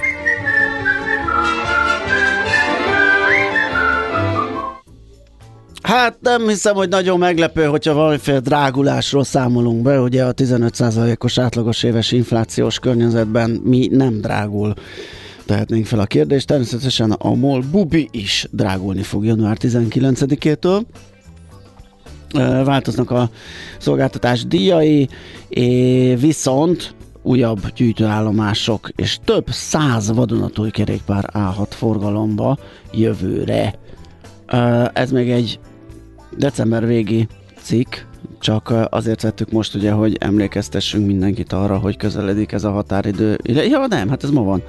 Hát nem hiszem, hogy nagyon meglepő, hogyha valamiféle drágulásról számolunk be. Ugye a tizenöt százalékos átlagos éves inflációs környezetben mi nem drágul. Tehetnénk fel a kérdést. Természetesen a MOL Bubi is drágulni fog január tizenkilencedikétől. Változnak a szolgáltatás díjai, viszont újabb gyűjtőállomások és több száz vadonatúj kerékpár állhat forgalomba jövőre. Ez még egy december végi cikk, csak azért vettük most ugye, hogy emlékeztessünk mindenkit arra, hogy közeledik ez a határidő. Ja, nem, hát ez ma van.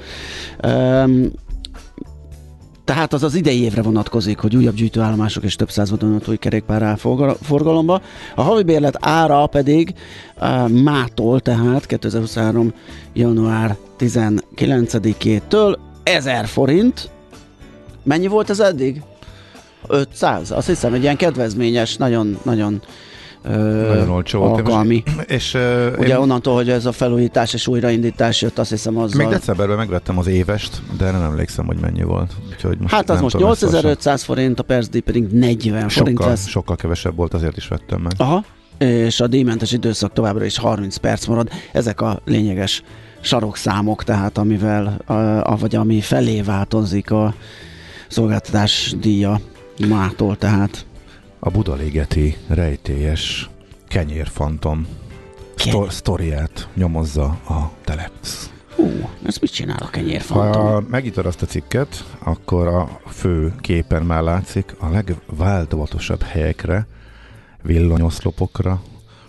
Tehát az az idei évre vonatkozik, hogy újabb gyűjtőállomások és több száz vadonatúj kerékpár áll forgalomba. A havi bérlet ára pedig uh, mától, tehát kétezer-huszonhárom. január tizenkilencedikétől ezer forint. Mennyi volt ez eddig? ötszáz? Azt hiszem, egy ilyen kedvezményes, nagyon, nagyon Nagyon olcsó volt. alkalmi. És, uh, ugye én... onnantól, hogy ez a felújítás és újraindítás jött, azt hiszem azzal... Még decemberben megvettem az évest, de nem emlékszem, hogy mennyi volt. Úgyhogy most hát az most nyolcezer-ötszáz forint, a percdíj pedig negyven forint sokkal, lesz. Sokkal kevesebb volt, azért is vettem meg. Aha, és a díjmentes időszak továbbra is harminc perc marad. Ezek a lényeges sarokszámok, tehát amivel, a, vagy ami felé változik a szolgáltatás díja mától, tehát. A budaligeti rejtélyes kenyérfantom sztor- sztoriát nyomozza a Telex. Ú, ez mit csinál a kenyérfantom? Ha megnyitod azt a cikket, akkor a fő képen már látszik a legváltozatosabb helyekre, villanyoszlopokra,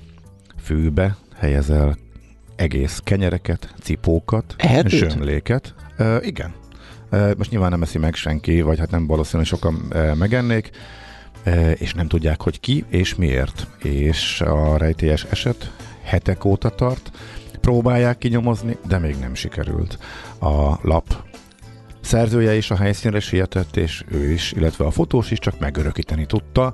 fűbe helyezel egész kenyereket, cipókat, Ehetőt? zsömléket. Uh, igen. Uh, most nyilván nem eszi meg senki, vagy hát nem valószínű, hogy sokan uh, megennék, uh, és nem tudják, hogy ki és miért. És a rejtélyes eset hetek óta tart, próbálják kinyomozni, de még nem sikerült. A lap szerzője is a helyszínre sietett, és ő is, illetve a fotós is csak megörökíteni tudta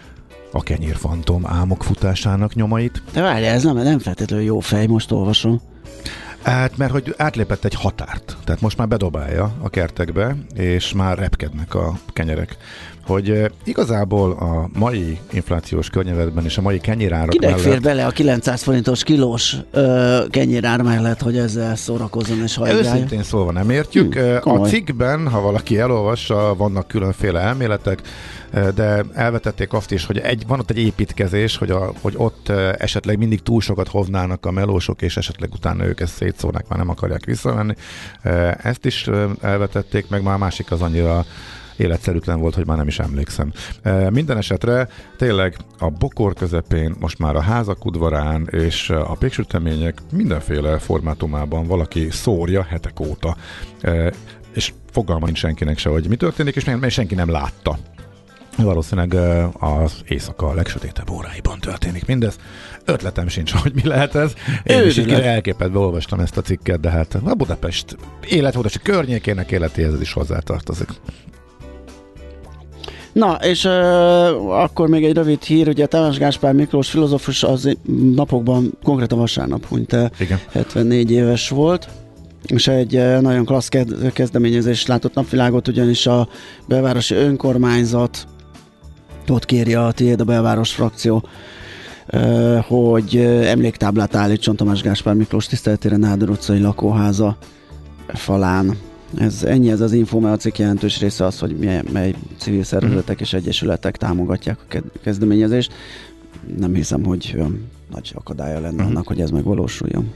a kenyérfantom álmok futásának nyomait. De várjál, ez nem, nem feltétlenül jó fej, most olvasom. Hát, mert hogy átlépett egy határt, tehát most már bedobálja a kertekbe, és már repkednek a kenyerek. Hogy uh, igazából a mai inflációs környezetben és a mai kenyérárak Kinek mellett... fér bele a kilencszáz forintos kilós uh, kenyérár mellett, hogy ezzel szórakozzon és hajgálja? Őszintén szólva nem értjük. Hmm, a cikkben, ha valaki elolvassa, vannak különféle elméletek, de elvetették azt is, hogy egy, van ott egy építkezés, hogy, a, hogy ott esetleg mindig túl sokat hovnának a melósok, és esetleg utána ők ezt szétszórnak, már nem akarják visszavenni. Ezt is elvetették, meg már a másik az annyira életszerűtlen volt, hogy már nem is emlékszem. Minden esetre tényleg a bokor közepén, most már a házak udvarán és a péksütemények mindenféle formátumában valaki szórja hetek óta. És fogalma nincs senkinek se, hogy mi történik, és még senki nem látta. Valószínűleg az éjszaka legsötétebb óráiban történik mindez. Ötletem sincs, hogy mi lehet ez. Én is így elképedve olvastam ezt a cikket, de hát a Budapest életmódos környékének életéhez is hozzátartozik. Na, és uh, akkor még egy rövid hír, ugye Tamás Gáspár Miklós filozófus az napokban, konkrétan vasárnap hunyt el, hetvennégy éves volt, és egy uh, nagyon klassz kezdeményezés látott napvilágot, ugyanis a belvárosi önkormányzat ott kéri a Tiéd a belváros frakció, uh, hogy uh, emléktáblát állítson Tamás Gáspár Miklós tiszteletére Nádor utcai lakóháza falán. Ez ennyi, ez az info, mert a cikk jelentős része az, hogy mely, mely civil szervezetek és egyesületek támogatják a kezdeményezést. Nem hiszem, hogy olyan nagy akadálya lenne annak, hogy ez megvalósuljon.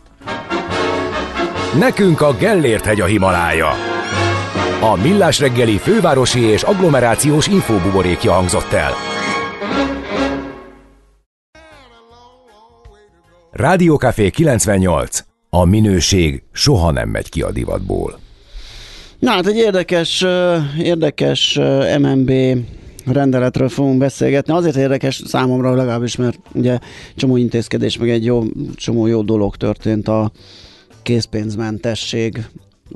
Nekünk a Gellért-hegy a Himalája. A Millás reggeli fővárosi és agglomerációs infóbuborékja hangzott el. Rádiókafé kilencvennyolc. A minőség soha nem megy ki a divatból. Na hát egy érdekes, érdekes em en bé rendeletről fogunk beszélgetni. Azért érdekes számomra legalábbis, mert ugye csomó intézkedés, meg egy jó, csomó jó dolog történt a készpénzmentesség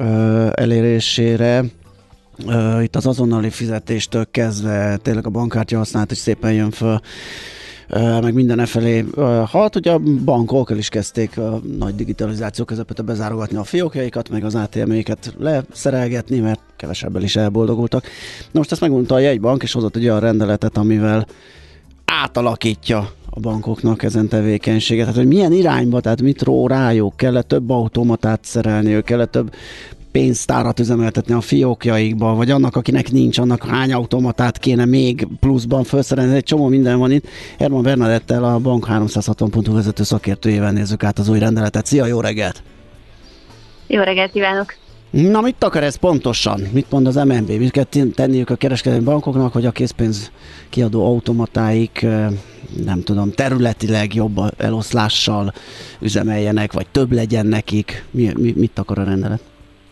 elérésére. Itt az azonnali fizetéstől kezdve tényleg a bankkártya használat is szépen jön föl, meg minden e felé halt. Ugye a bankok el is kezdték a nagy digitalizáció közepette bezárogatni a fiókjaikat, meg az á té em-éket leszerelgetni, mert kevesebbel is elboldogultak. Na most ezt megmondta a jegybank, és hozott egy olyan rendeletet, amivel átalakítja a bankoknak ezen tevékenységet. Tehát, hogy milyen irányba, tehát mit ró rájuk, kell-e több automatát szerelniük, kell-e több pénztárat üzemeltetni a fiókjaikba, vagy annak, akinek nincs, annak hány automatát kéne még pluszban felszerelni. Egy csomó minden van itt. Herman Bernadettel, a Bank háromszázhatvan pont hu vezető szakértőjével nézzük át az új rendeletet. Szia, jó reggelt! Jó reggelt kívánok! Na, mit akar ez pontosan? Mit mond az em en bé? Mit kell tenniük a kereskedelmi bankoknak, hogy a készpénz kiadó automatáik, nem tudom, területileg jobb eloszlással üzemeljenek, vagy több legyen nekik? Mi, mi, mit akar a rendelet?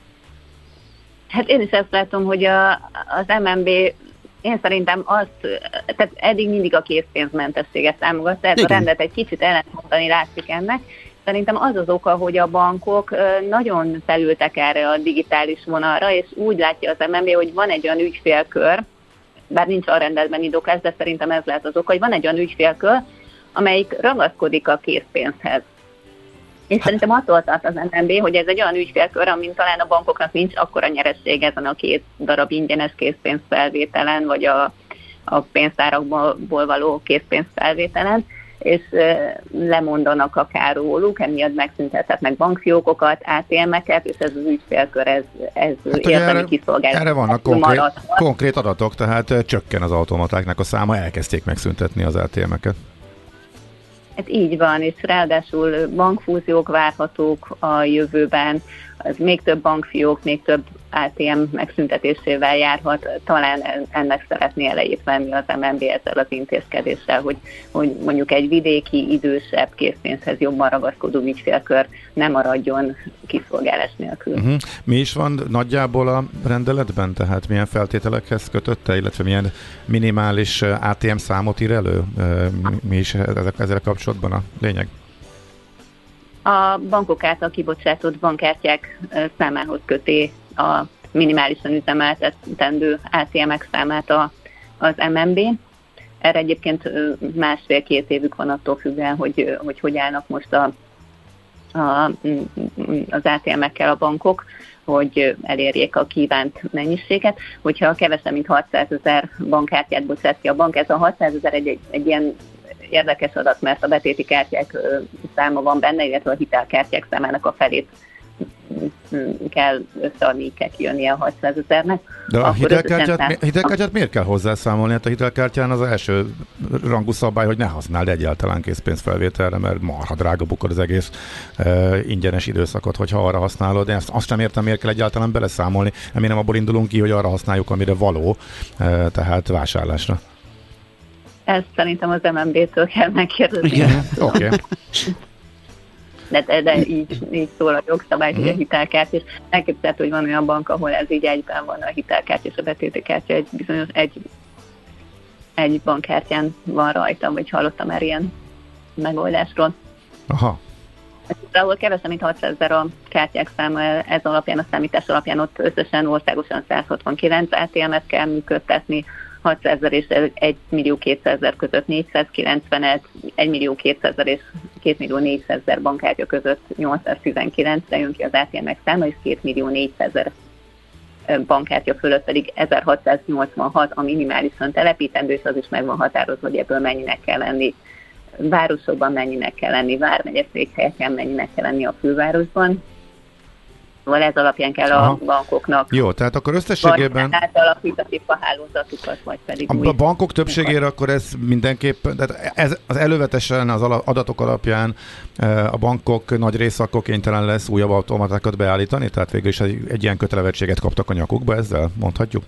Hát én is ezt látom, hogy a, az em en bé, én szerintem azt, tehát eddig mindig a készpénzmentességet támogatta, ez a rendet egy kicsit ellentmondani látszik ennek. Szerintem az az oka, hogy a bankok nagyon felültek erre a digitális vonalra, és úgy látja az em en bé, hogy van egy olyan ügyfélkör, bár nincs a rendeletben indoklás, de szerintem ez lehet az oka, hogy van egy olyan ügyfélkör, amelyik ragaszkodik a készpénzhez. És hát szerintem attól tart az em en bé, hogy ez egy olyan ügyfélkör, amin talán a bankoknak nincs akkora nyereség ezen a két darab ingyenes készpénzfelvételen, vagy a, a pénztárakból való készpénzfelvételen, és e, lemondanak akár róluk, emiatt megszüntethetnek bankfiókokat, á té em-eket, és ez az ügyfélkör, ez, ez hát értelmi kiszolgálás. Erre vannak konkrét, konkrét adatok, tehát csökken az automatáknak a száma, elkezdték megszüntetni az á té em-eket. Hát így van, és ráadásul bankfúziók várhatók a jövőben, az még több bankfiók, még több á té em megszüntetésével járhat. Talán ennek szeretné elejét venni az em en bé ezzel az intézkedéssel, hogy, hogy mondjuk egy vidéki, idősebb készpénzhez jobban ragaszkodó ügyfélkör nem maradjon kiszolgálás nélkül. Uh-huh. Mi is van nagyjából a rendeletben? Tehát milyen feltételekhez kötötte, illetve milyen minimális á té em számot ír elő? Mi is ezzel kapcsolatban a lényeg? A bankok által kibocsátott bankkártyák számához köti a minimálisan üzemeltetendő á té em-ek számát a, az em en bé. Erre egyébként másfél-két évük van attól függően, hogy hogy, hogy állnak most a, a, az á té em-ekkel a bankok, hogy elérjék a kívánt mennyiséget. Hogyha kevesebb, mint hatszázezer bankkártyát bocsát ki a bank, ez a hatszázezer egy, egy, egy ilyen érdekes adat, mert a betéti kártyák száma van benne, illetve a hitelkártyák számának a felét kell összeadni, így kell kijönnie a hatszázezernek. De a hitelkártyát, mi, hitelkártyát miért kell hozzászámolni? Hát a hitelkártyán az első rangú szabály, hogy ne használd egyáltalán készpénzfelvételre, mert marha drága bukod az egész e, ingyenes időszakot, hogyha arra használod. De azt, azt sem értem, miért kell egyáltalán beleszámolni. Mi nem abból indulunk ki, hogy arra használjuk, amire való, e, tehát vásárlásra. Ezt szerintem az em en bé-től kell megkérdezni. Igen, oké. Okay. De, de, de így, így szól a jogszabály, hogy a hitelkártya, és elképzelhető, hogy van olyan bank, ahol ez így egyben van, a hitelkártya és a betéti kártya egy bizonyos, egy, egy bankkártyán van rajta, vagy hallottam már ilyen megoldásról. Aha. Ahol kevesebb, mint hatszázezer a kártyák száma, ez alapján, a számítás alapján ott összesen országosan száz hatvankilenc á té em-et kell működtetni, hatszázezer és egy millió kétszázezer között négyszázkilencvenet, egy millió kétszázezer és két millió négyszázezer bankkártya között nyolcszáztizenkilencre jön ki az á té em-ek száma, és két millió négyszázezer bankkártya fölött pedig ezerhatszáznyolcvanhat a minimálisan telepítendő, és az is meg van határozva, hogy ebből mennyinek kell lenni városokban, mennyinek kell lenni vármegyeszékhelyeken, mennyinek kell lenni a fővárosban. Szóval ez alapján kell Aha. a bankoknak. Jó, tehát akkor összességében átalakítani a hálózatukat, vagy pedig a, új. A bankok többségére akkor ez mindenképpen, tehát ez az elővetesen az adatok alapján a bankok nagy része akkor kénytelen lesz újabb automatákat beállítani, tehát végül is egy, egy ilyen kötelezettséget kaptak a nyakukba, ezzel mondhatjuk?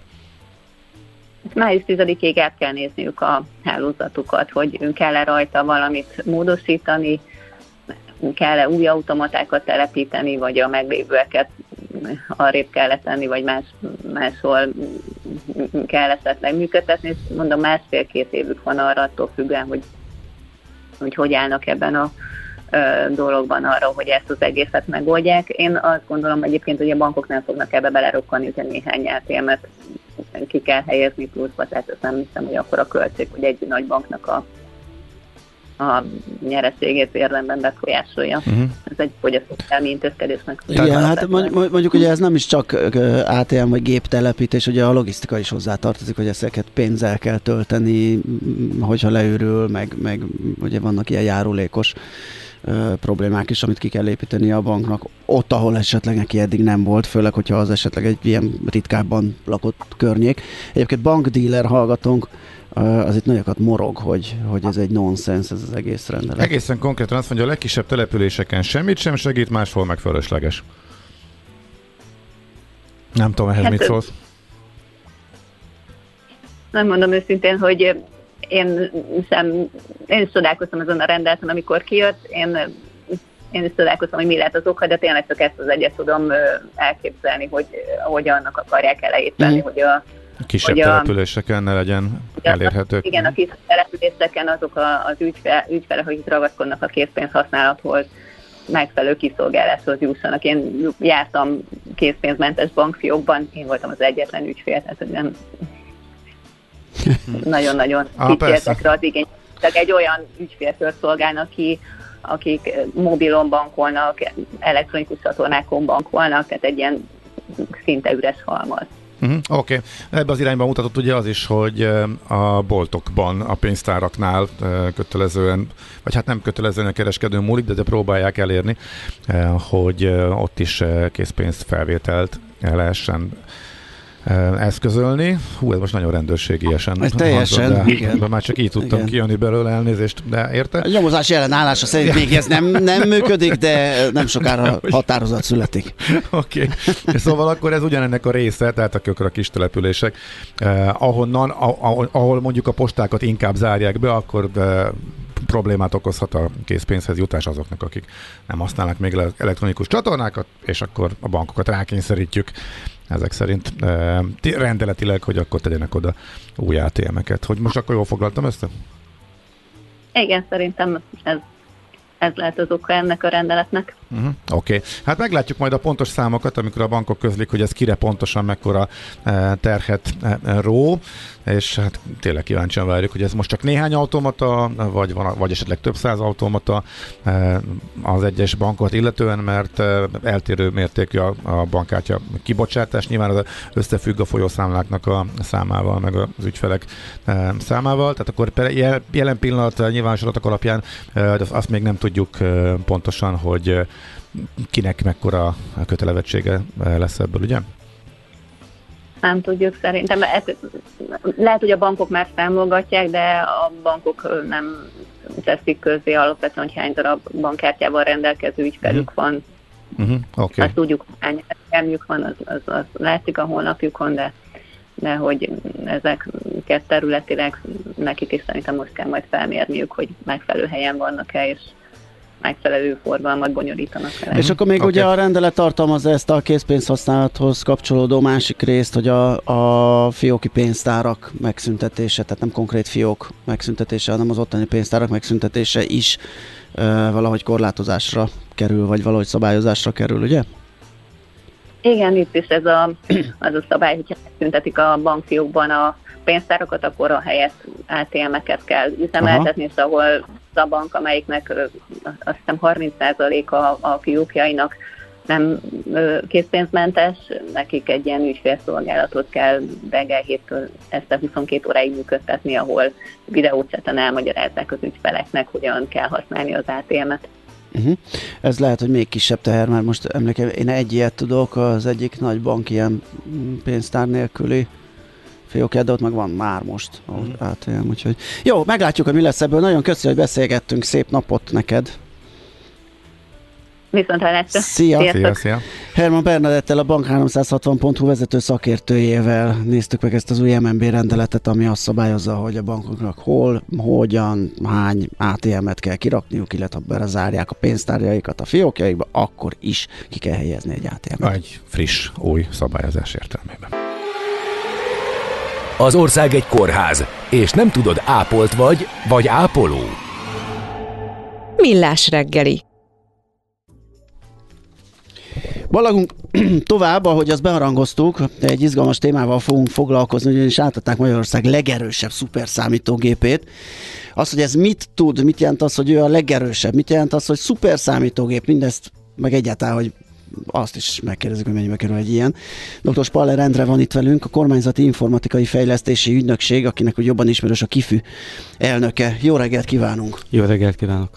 május tizedikéig át kell nézniük a hálózatukat, hogy kell-e rajta valamit módosítani, kell-e új automatákat telepíteni, vagy a meglévőeket arrébb kellett tenni, vagy más, máshol kell esetleg működtetni, és mondom, másfél-két évük van arra, attól függően, hogy hogy, hogy állnak ebben a ö, dologban arra, hogy ezt az egészet megoldják. Én azt gondolom egyébként, hogy a bankok nem fognak ebbe belerokkanni, hogy néhány á té em-et ki kell helyezni pluszba, tehát ezt nem hiszem, hogy akkor a költség, hogy egy nagy banknak a a nyereségét érdemben befolyásolja. Uh-huh. Ez egy fogyasztókelmi intézkedésnek. Igen, hát mondjuk ugye ez nem is csak á té em vagy géptelepítés, ugye a logisztika is hozzátartozik, hogy ezeket pénzzel kell tölteni, hogyha leürül, meg, meg ugye vannak ilyen járulékos ö, problémák is, amit ki kell építeni a banknak. Ott, ahol esetleg neki eddig nem volt, főleg, hogyha az esetleg egy ilyen ritkábban lakott környék. Egyébként bankdíler hallgatónk, az itt nagyokat morog, hogy, hogy ez egy nonsens, ez az egész rendelet. Egészen konkrétan azt mondja, a legkisebb településeken semmit sem segít, máshol meg fölösleges. Nem tudom, ehhez hát mit szólsz? Nem mondom őszintén, hogy én sem, én is csodálkoztam ezen a rendeleten, amikor kijött, én, én is csodálkoztam, hogy mi lehet az oka, de tényleg csak ezt az egyet tudom elképzelni, hogy, hogy annak akarják elejét venni, mm. hogy a kisebb a, településeken ne legyen elérhetők. Igen, a kisebb településeken azok a, az ügyfele, ügyfelek, akik ragaszkodnak a készpénz használathoz, megfelelő kiszolgáláshoz jussanak. Én jártam készpénzmentes bankfiókban, én voltam az egyetlen ügyfél, tehát hogy nem nagyon-nagyon kicsi az igény. Csak egy olyan ügyféltől szolgálnak ki, akik mobilon bankolnak, elektronikus csatornákon bankolnak, tehát egy ilyen szinte üres halmaz. Uh-huh, Oké. Okay. Ebben az irányban mutatott ugye az is, hogy a boltokban, a pénztáraknál kötelezően, vagy hát nem kötelezően a kereskedő múlik, de, de próbálják elérni, hogy ott is készpénzfelvételt lehessen eszközölni. Hú, ez most nagyon rendőrségiesen. Ez teljesen, de, igen. De már csak így tudtam igen. kijönni belőle, elnézést, de érted? A nyomozási ellenállása szerint még ez nem, nem működik, de nem sokára határozat születik. Oké. Okay. Szóval akkor ez ugyanennek a része, tehát a kis települések, eh, ahonnan, ahol, ahol mondjuk a postákat inkább zárják be, akkor eh, problémát okozhat a készpénzhez jutás azoknak, akik nem használnak még elektronikus csatornákat, és akkor a bankokat rákényszerítjük ezek szerint e, rendeletileg, hogy akkor tegyenek oda új á té em-eket. Hogy most akkor jól foglaltam ezt? Igen, szerintem ez, ez lehet az oka ennek a rendeletnek. Uh-huh. Oké. Okay. Hát meglátjuk majd a pontos számokat, amikor a bankok közlik, hogy ez kire pontosan mekkora e, terhet e, ró, és hát tényleg kíváncsian várjuk, hogy ez most csak néhány automata, vagy, van, vagy esetleg több száz automata e, az egyes bankot illetően, mert e, eltérő mértékű a, a bankkártya kibocsátás, nyilván az összefügg a folyószámláknak a számával, meg az ügyfelek e, számával, tehát akkor jelen pillanat nyilvános adatok alapján e, azt még nem tudjuk e, pontosan, hogy kinek mekkora kötelevettsége lesz ebből, ugye? Nem tudjuk szerintem. Ezt, lehet, hogy a bankok már számolgatják, de a bankok nem teszik közzé alapvetően, hogy hány darab bankkártyával rendelkező ügyfelük uh-huh. van. Uh-huh. Okay. Azt tudjuk, hány elmjük van, az, az, az látszik a honlapjukon, de, de hogy ezeket területileg nekik is szerintem most kell majd felmérniük, hogy megfelelő helyen vannak-e, és megfelelő forgalmat bonyolítanak el. És akkor még okay. ugye a rendelet tartalmazza ezt a készpénzhasználathoz kapcsolódó másik részt, hogy a, a fióki pénztárak megszüntetése, tehát nem konkrét fiók megszüntetése, hanem az ottani pénztárak megszüntetése is e, valahogy korlátozásra kerül, vagy valahogy szabályozásra kerül, ugye? Igen, itt is ez a, az a szabály, hogyha megszüntetik a bankfiókban a pénztárakat, akkor a helyett á té em-eket kell üzemeltetni, és ahol a bank, amelyiknek azt hiszem harminc százaléka a, a fiókjainak nem készpénzmentes, nekik egy ilyen ügyfélszolgálatot kell reggel héttől este huszonkét óráig működtetni, ahol videócseten elmagyarázzák az ügyfeleknek, hogyan kell használni az á té em-et. Uh-huh. Ez lehet, hogy még kisebb teher, mert most emlékem, én egy ilyet tudok, az egyik nagy bank ilyen pénztár nélküli fiókját, de ott meg van már most mm. á té em, úgyhogy jó, meglátjuk, hogy mi lesz ebből. Nagyon köszönöm, hogy beszélgettünk, szép napot neked! Viszont hallásra. Szia! Szia, szia. Herman Bernadettel, a bank háromszázhatvan pont hu vezető szakértőjével néztük meg ezt az új em en bé rendeletet, ami azt szabályozza, hogy a bankoknak hol, hogyan, hány á té emet kell kirakniuk, illetve ha bezárják a pénztárjaikat a fiókjaikba, akkor is ki kell helyezni egy á té emet. Egy friss, új szabályozás értelmében. Az ország egy kórház, és nem tudod, ápolt vagy, vagy ápoló. Millás reggeli. Balagunk tovább, ahogy azt beharangoztuk, egy izgalmas témával fogunk foglalkozni, ugyanis átadták Magyarország legerősebb szuperszámítógépét. Az, hogy ez mit tud, mit jelent az, hogy ő a legerősebb, mit jelent az, hogy szuperszámítógép, mindezt, meg egyáltalán, hogy azt is megkérdezzük, hogy mennyibe kerül egy ilyen. doktor Spaller Endre van itt velünk, a Kormányzati Informatikai Fejlesztési Ügynökség, akinek úgy jobban ismerős a KIFÜ elnöke. Jó reggelt kívánunk! Jó reggelt kívánok!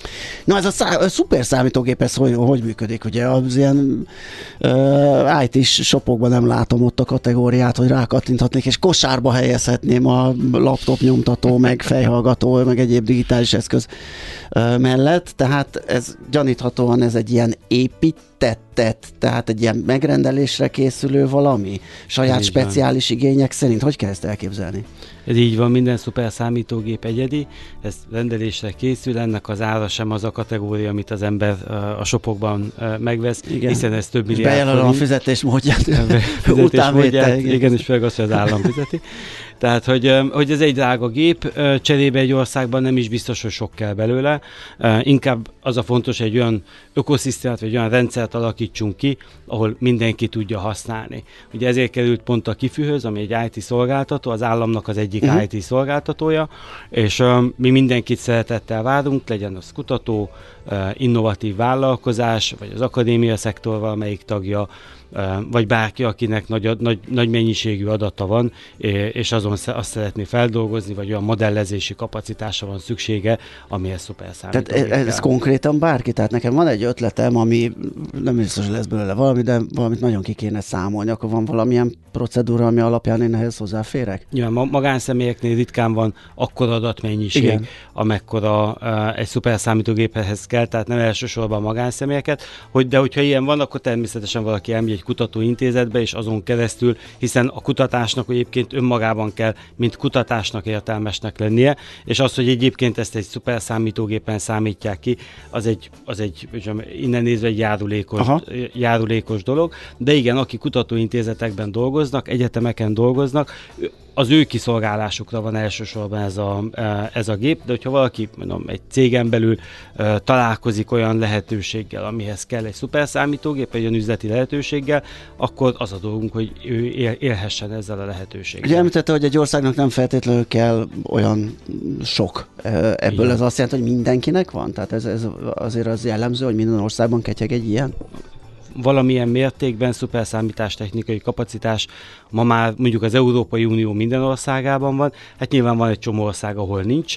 Na ez a, szá- a szuper számítógép, ez hogy, hogy működik? Ugye az ilyen uh, í té-s shopokban nem látom ott a kategóriát, hogy rákattinthatnék, és kosárba helyezhetném a laptop nyomtató, meg fejhallgató, meg egyéb digitális eszköz uh, mellett. Tehát ez gyaníthatóan ez egy ilyen építettet, tehát egy ilyen megrendelésre készülő valami? Saját így speciális van. Igények szerint? Hogy kell ezt elképzelni? Ez így van, minden szuper számítógép egyedi, ez rendelésre készül, ennek az ára sem az a kategória, amit az ember a shopokban megvesz, igen. Hiszen ez több milliárd forint. Bejelölöm a fizetésmódját. Fizetésmódját, igen, és főleg az, hogy az állam fizeti. Tehát, hogy, hogy ez egy drága gép, cserébe egy országban nem is biztos, hogy sok kell belőle. Inkább az a fontos, hogy egy olyan ökoszisztémát, vagy egy olyan rendszert alakítsunk ki, ahol mindenki tudja használni. Ugye ezért került pont a KIFÜ-höz, ami egy í té szolgáltató, az államnak az egyik uh-huh. í té szolgáltatója, és um, mi mindenkit szeretettel várunk, legyen az kutató, uh, innovatív vállalkozás, vagy az akadémia szektor valamelyik tagja, vagy bárki, akinek nagy, nagy, nagy mennyiségű adata van, és azon azt szeretné feldolgozni, vagy olyan modellezési kapacitása van szüksége, amihez szuper számítógép. Tehát ez, ez konkrétan bárki? Tehát nekem van egy ötletem, ami nem biztos, hogy lesz belőle valami, de valamit nagyon ki kéne számolni. Akkor van valamilyen procedúra, ami alapján én ehhez hozzáférek? Ja, magánszemélyeknél ritkán van akkora adatmennyiség, igen. amekkora uh, egy szuper számítógéphez kell, tehát nem elsősorban magánszemélyeket, hogy, de hogyha ilyen van, akkor természetesen valaki elmegy egy kutatóintézetbe, és azon keresztül, hiszen a kutatásnak egyébként önmagában kell, mint kutatásnak értelmesnek lennie, és az, hogy egyébként ezt egy szuper számítógépen számítják ki, az egy, az egy innen nézve egy járulékos, járulékos dolog, de igen, aki kutatóintézetekben dolgoznak, egyetemeken dolgoznak, az ő kiszolgálásukra van elsősorban ez a, ez a gép, de hogyha valaki mondom, egy cégen belül uh, találkozik olyan lehetőséggel, amihez kell egy szuperszámítógép, egy olyan üzleti lehetőséggel, akkor az a dolgunk, hogy ő él, élhessen ezzel a lehetőséggel. Ugye említette, hogy egy országnak nem feltétlenül kell olyan sok ebből, igen. Ez azt jelenti, hogy mindenkinek van? Tehát ez, ez azért az jellemző, hogy minden országban ketyeg egy ilyen? Valamilyen mértékben szuperszámítástechnikai kapacitás ma már mondjuk az Európai Unió minden országában van, hát nyilván van egy csomó ország, ahol nincs,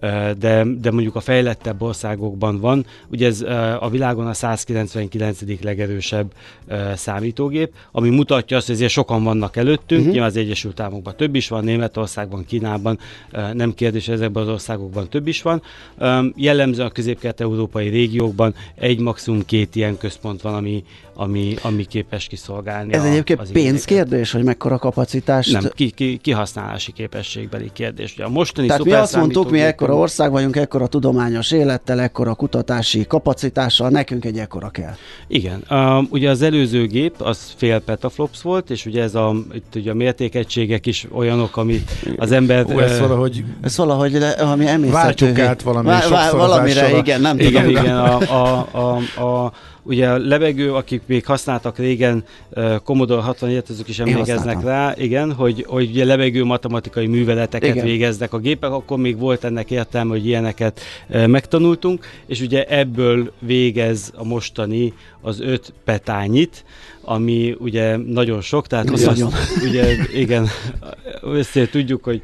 de, de mondjuk a fejlettebb országokban van. Ugye ez a világon a százkilencvenkilencedik legerősebb számítógép, ami mutatja azt, hogy ezért sokan vannak előttünk, uh-huh. nyilván az Egyesült Államokban több is van, Németországban, Kínában, nem kérdés, ezekben az országokban több is van. Jellemzően a közép-kelet-európai régiókban egy maximum két ilyen központ van, ami Ami, ami képes kiszolgálni. Ez a, egyébként pénzkérdés, hogy mekkora kapacitást? Nem, ki, ki, kihasználási képességbeli kérdés. Ugye a mostani Tehát mi azt mondtuk, mi ekkora ország vagyunk, ekkora tudományos élettel, ekkora kutatási kapacitással, nekünk egy ekkora kell. Igen. Uh, ugye az előző gép, az fél petaflops volt, és ugye ez a, itt ugye a mértékegységek is olyanok, amit az ember... Ó, ez valahogy... Ez valahogy, le, ami emészhető. Váltsuk át valami Vá- vá- Valamire, igen, nem igen, tudom. Igen, a, a, a, a ugye a levegő, akik még használtak régen, uh, Commodore hatvanegyet, azok is emlékeznek rá, igen, hogy, hogy ugye levegő matematikai műveleteket igen. végeznek a gépek, akkor még volt ennek értelme, hogy ilyeneket uh, megtanultunk, és ugye ebből végez a mostani az öt petányit, ami ugye nagyon sok, tehát ugye, azt, ugye igen, össze tudjuk, hogy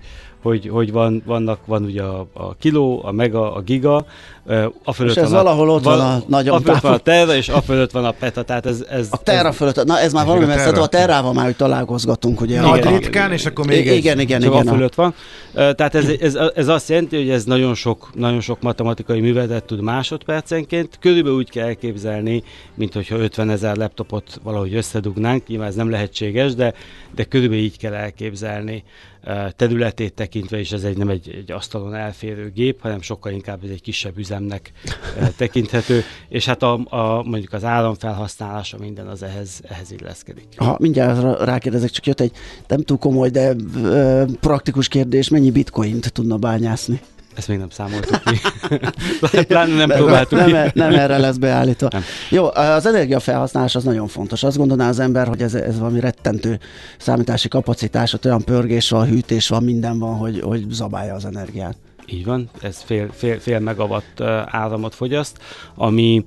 hogy, hogy van, vannak, van ugye a, a kiló, a mega, a giga, a fölött és ez van valahol a, ott van a nagyobb a fölött van a terra, és a fölött van a peta, tehát ez... ez a terra ez, fölött, na ez már valami messze, a terrával már, hogy találkozgatunk, ugye. Nagy a, ritkán, és akkor még igen, igen, igen, igen, a fölött van. Tehát ez, ez, ez azt jelenti, hogy ez nagyon sok, nagyon sok matematikai műveletet tud másodpercenként. Körülbelül úgy kell elképzelni, mint hogyha ötvenezer laptopot valahogy összedugnánk, nyilván ez nem lehetséges, de, de körülbelül így kell elképzelni területét tekintve, és ez egy, nem egy, egy asztalon elférő gép, hanem sokkal inkább ez egy kisebb üzemnek tekinthető, és hát a, a, mondjuk az áramfelhasználása minden az ehhez, ehhez illeszkedik. Ha mindjárt rákérdezek, csak jött egy nem túl komoly, de ö, praktikus kérdés, mennyi bitcoint tudna bányászni? Ezt még nem számoltuk ki. Pláne nem próbáltuk nem, ki. Nem, nem erre lesz beállítva. Nem. Jó, az energiafelhasználás az nagyon fontos. Azt gondolná az ember, hogy ez, ez valami rettentő számítási kapacitás, ott olyan pörgés van, hűtés van, minden van, hogy, hogy zabálja az energiát. Így van, ez fél, fél, fél megawatt áramot fogyaszt, ami,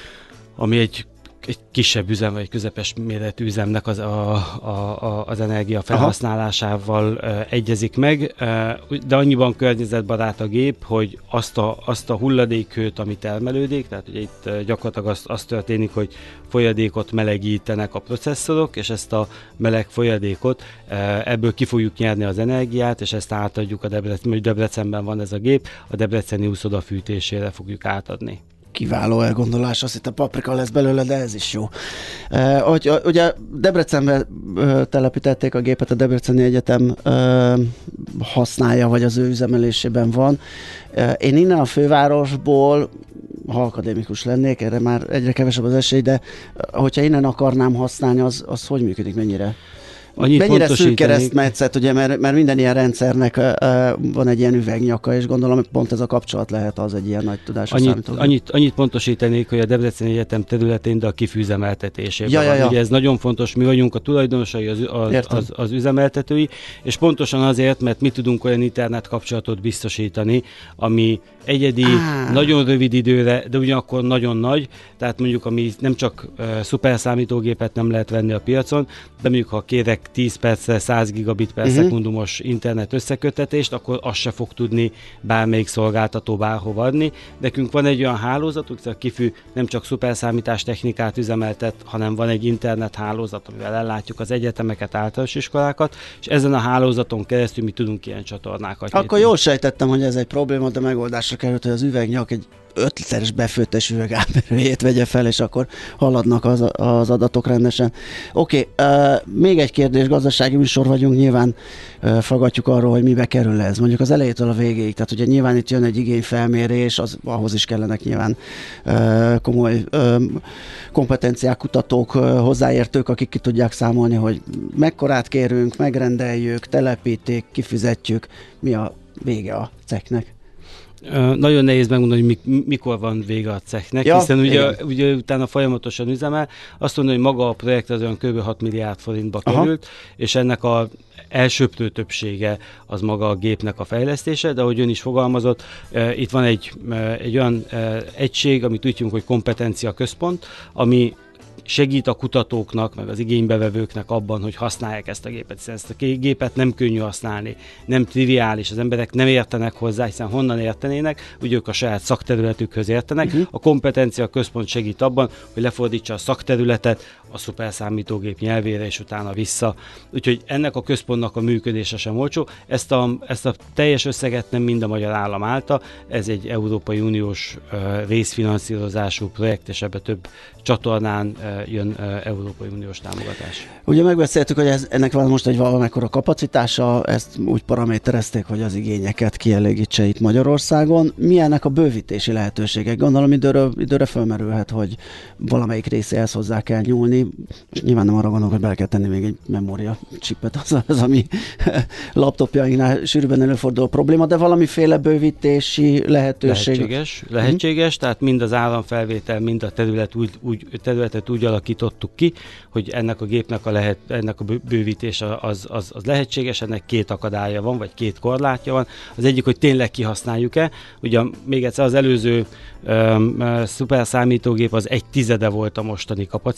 ami egy egy kisebb üzem, vagy egy közepes méretű üzemnek az, a, a, a, az energia felhasználásával uh, egyezik meg, uh, de annyiban környezetbarát a gép, hogy azt a, azt a hulladékhőt, ami termelődik, tehát ugye itt uh, gyakorlatilag az, az történik, hogy folyadékot melegítenek a processzorok, és ezt a meleg folyadékot uh, ebből ki fogjuk nyerni az energiát, és ezt átadjuk a Debrecen, Debrecenben van ez a gép, a debreceni úszoda fűtésére fogjuk átadni. Kiváló elgondolás, azt itt a paprika lesz belőle, de ez is jó. Uh, hogy, ugye Debrecenben uh, telepítették a gépet, a Debreceni Egyetem uh, használja, vagy az ő üzemelésében van. Uh, én innen a fővárosból, ha akadémikus lennék, erre már egyre kevesebb az esély, de uh, hogyha innen akarnám használni, az, az hogy működik, mennyire? Annyit mennyire szűk keresztmetszet, ugye, mert, mert minden ilyen rendszernek uh, van egy ilyen üvegnyaka, és gondolom, hogy pont ez a kapcsolat lehet az egy ilyen nagy tudású annyit, számítógép. Annyit, annyit pontosítanék, hogy a Debreceni Egyetem területén, de a kifűzemeltetésében ja, ja, ja. Ugye ez nagyon fontos, mi vagyunk a tulajdonosai, az, az, az, az üzemeltetői, és pontosan azért, mert mi tudunk olyan internet kapcsolatot biztosítani, ami egyedi, ah. nagyon rövid időre, de ugyanakkor nagyon nagy, tehát mondjuk ami nem csak uh, szuperszámítógépet nem lehet venni a piacon, de mondjuk ha kérek tíz percre száz gigabit per uh-huh. szekundumos internet összeköttetést, akkor azt se fog tudni bármelyik szolgáltató bárhova adni. Nekünk van egy olyan hálózatunk, a Kifű nem csak szuperszámítás technikát üzemeltet, hanem van egy internet hálózat, amivel ellátjuk az egyetemeket, általános iskolákat, és ezen a hálózaton keresztül mi tudunk ilyen csatornákat nyitni. Akkor jól sejtettem, hogy ez egy probléma, de megoldásra került, hogy az üvegnyak egy öt literes befőttes üveg átmérőjét vegye fel, és akkor haladnak az, az adatok rendesen. Oké, okay, uh, még egy kérdés, gazdasági műsor vagyunk, nyilván uh, faggatjuk arról, hogy mibe kerül ez. Mondjuk az elejétől a végéig, tehát ugye nyilván itt jön egy igényfelmérés, az, ahhoz is kellenek nyilván uh, komoly uh, kompetenciák, kutatók, uh, hozzáértők, akik ki tudják számolni, hogy mekkorát kérünk, megrendeljük, telepítik, kifizetjük, mi a vége a ceknek. Uh, nagyon nehéz megmondani, hogy mi, mikor van vége a cechnek, ja, hiszen ugye, ugye utána folyamatosan üzemel. Azt mondja, hogy maga a projekt az olyan kb. hat milliárd forintba került, aha. és ennek a elsőprő többsége az maga a gépnek a fejlesztése, de ahogy ön is fogalmazott, uh, itt van egy, uh, egy olyan uh, egység, amit tudjuk, hogy kompetencia központ, ami segít a kutatóknak, meg az igénybevevőknek abban, hogy használják ezt a gépet, hiszen ezt a gépet nem könnyű használni, nem triviális, az emberek nem értenek hozzá, hiszen honnan értenének, ugye ők a saját szakterületükhöz értenek, uh-huh. a kompetencia központ segít abban, hogy lefordítsa a szakterületet a szuperszámítógép nyelvére, és utána vissza. Úgyhogy ennek a központnak a működése sem olcsó. Ezt a, ezt a teljes összeget nem mind a magyar állam állta, ez egy Európai Uniós uh, részfinanszírozású projekt, és ebbe több csatornán uh, jön uh, Európai Uniós támogatás. Ugye megbeszéltük, hogy ez, ennek van most egy valamekkora kapacitása, ezt úgy paraméterezték, hogy az igényeket kielégítse itt Magyarországon. Mi ennek a bővítési lehetőségek? Gondolom időre, időre fölmerülhet, hogy valamelyik részéhez hozzá kell nyúlni. Nyilván nem arra gondolok, hogy bele kell tenni még egy memória chipet, az, az ami laptopjainknál sűrűbben előforduló probléma, de valamiféle bővítési lehetőség. Lehetséges, lehetséges hmm. tehát mind az áramfelvétel, mind a terület úgy, úgy, területet úgy alakítottuk ki, hogy ennek a gépnek a, lehet, ennek a bővítése az, az, az lehetséges, ennek két akadálya van, vagy két korlátja van. Az egyik, hogy tényleg kihasználjuk-e. Ugye még egyszer az előző um, szuperszámítógép az egy tizede volt a mostani kapacitásnak,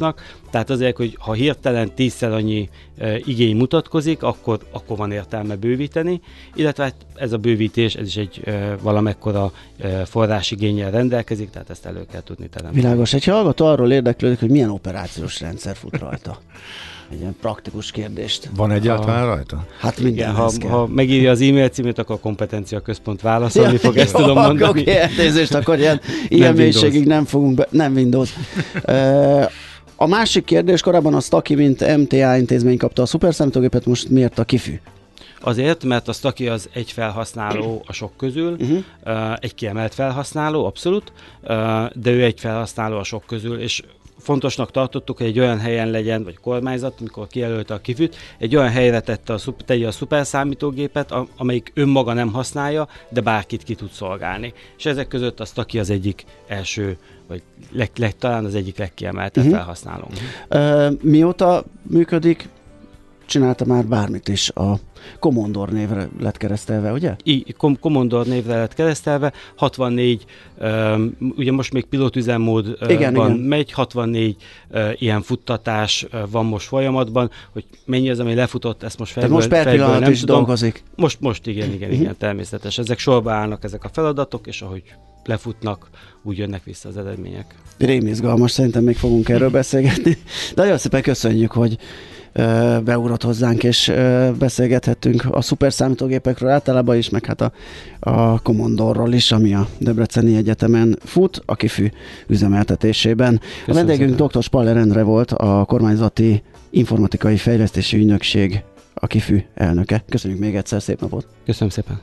fogyasztnak, tehát azért, hogy ha hirtelen tízszer annyi e, igény mutatkozik, akkor, akkor van értelme bővíteni, illetve ez a bővítés, ez is egy e, valamekkora e, forrásigénnyel rendelkezik, tehát ezt elő kell tudni teremteni. Világos. Egy hallgató arról érdeklődik, hogy milyen operációs rendszer fut rajta. Egy ilyen praktikus kérdést. Van egyáltalán a... rajta? Hát minden. Ha, ha megírja az e-mail címét, akkor a kompetencia központ válaszolni ja, fog, ezt tudom mondani. Oké, elnézést, akkor ilyen, ilyen mélységig nem fogunk be, nem Windows. A másik kérdés, korábban a Staki, mint em té á intézmény kapta a szuperszámítógépet, most miért a Kifű? Azért, mert a Staki az egy felhasználó a sok közül, uh-huh. egy kiemelt felhasználó, abszolút, de ő egy felhasználó a sok közül, és fontosnak tartottuk, hogy egy olyan helyen legyen, vagy kormányzat, amikor kijelölte a Kifűt, egy olyan helyre tette a, tegye a szuperszámítógépet, amelyik önmaga nem használja, de bárkit ki tud szolgálni. És ezek között a Staki az egyik első, vagy leg, leg, talán az egyik legkiemeltebb uh-huh. felhasználónk. Uh, mióta működik? Csinálta már bármit is. A Commodore névre lett keresztelve, ugye? I, Com- Commodore névre lett keresztelve, hatvannégy, um, ugye most még pilotüzemmódban uh, megy, hatvannégy uh, ilyen futtatás uh, van most folyamatban, hogy mennyi az, ami lefutott, ezt most fejből, most per pillanat nem is tudom. Dolgozik. Most, most igen, igen, igen, uh-huh. természetes. Ezek sorba állnak ezek a feladatok, és ahogy lefutnak, úgy jönnek vissza az eredmények. Rémizgalmas, szerintem még fogunk erről beszélgetni. De nagyon szépen köszönjük, hogy beugrott hozzánk, és beszélgethettünk a szuperszámítógépekről általában is, meg hát a, a Commodore-ról is, ami a Debreceni Egyetemen fut, a Kifű üzemeltetésében. Köszönöm a vendégünk dr. Spaller Endre volt, a kormányzati informatikai fejlesztési ügynökség, a Kifű elnöke. Köszönjük még egyszer, szép napot! Köszönöm szépen!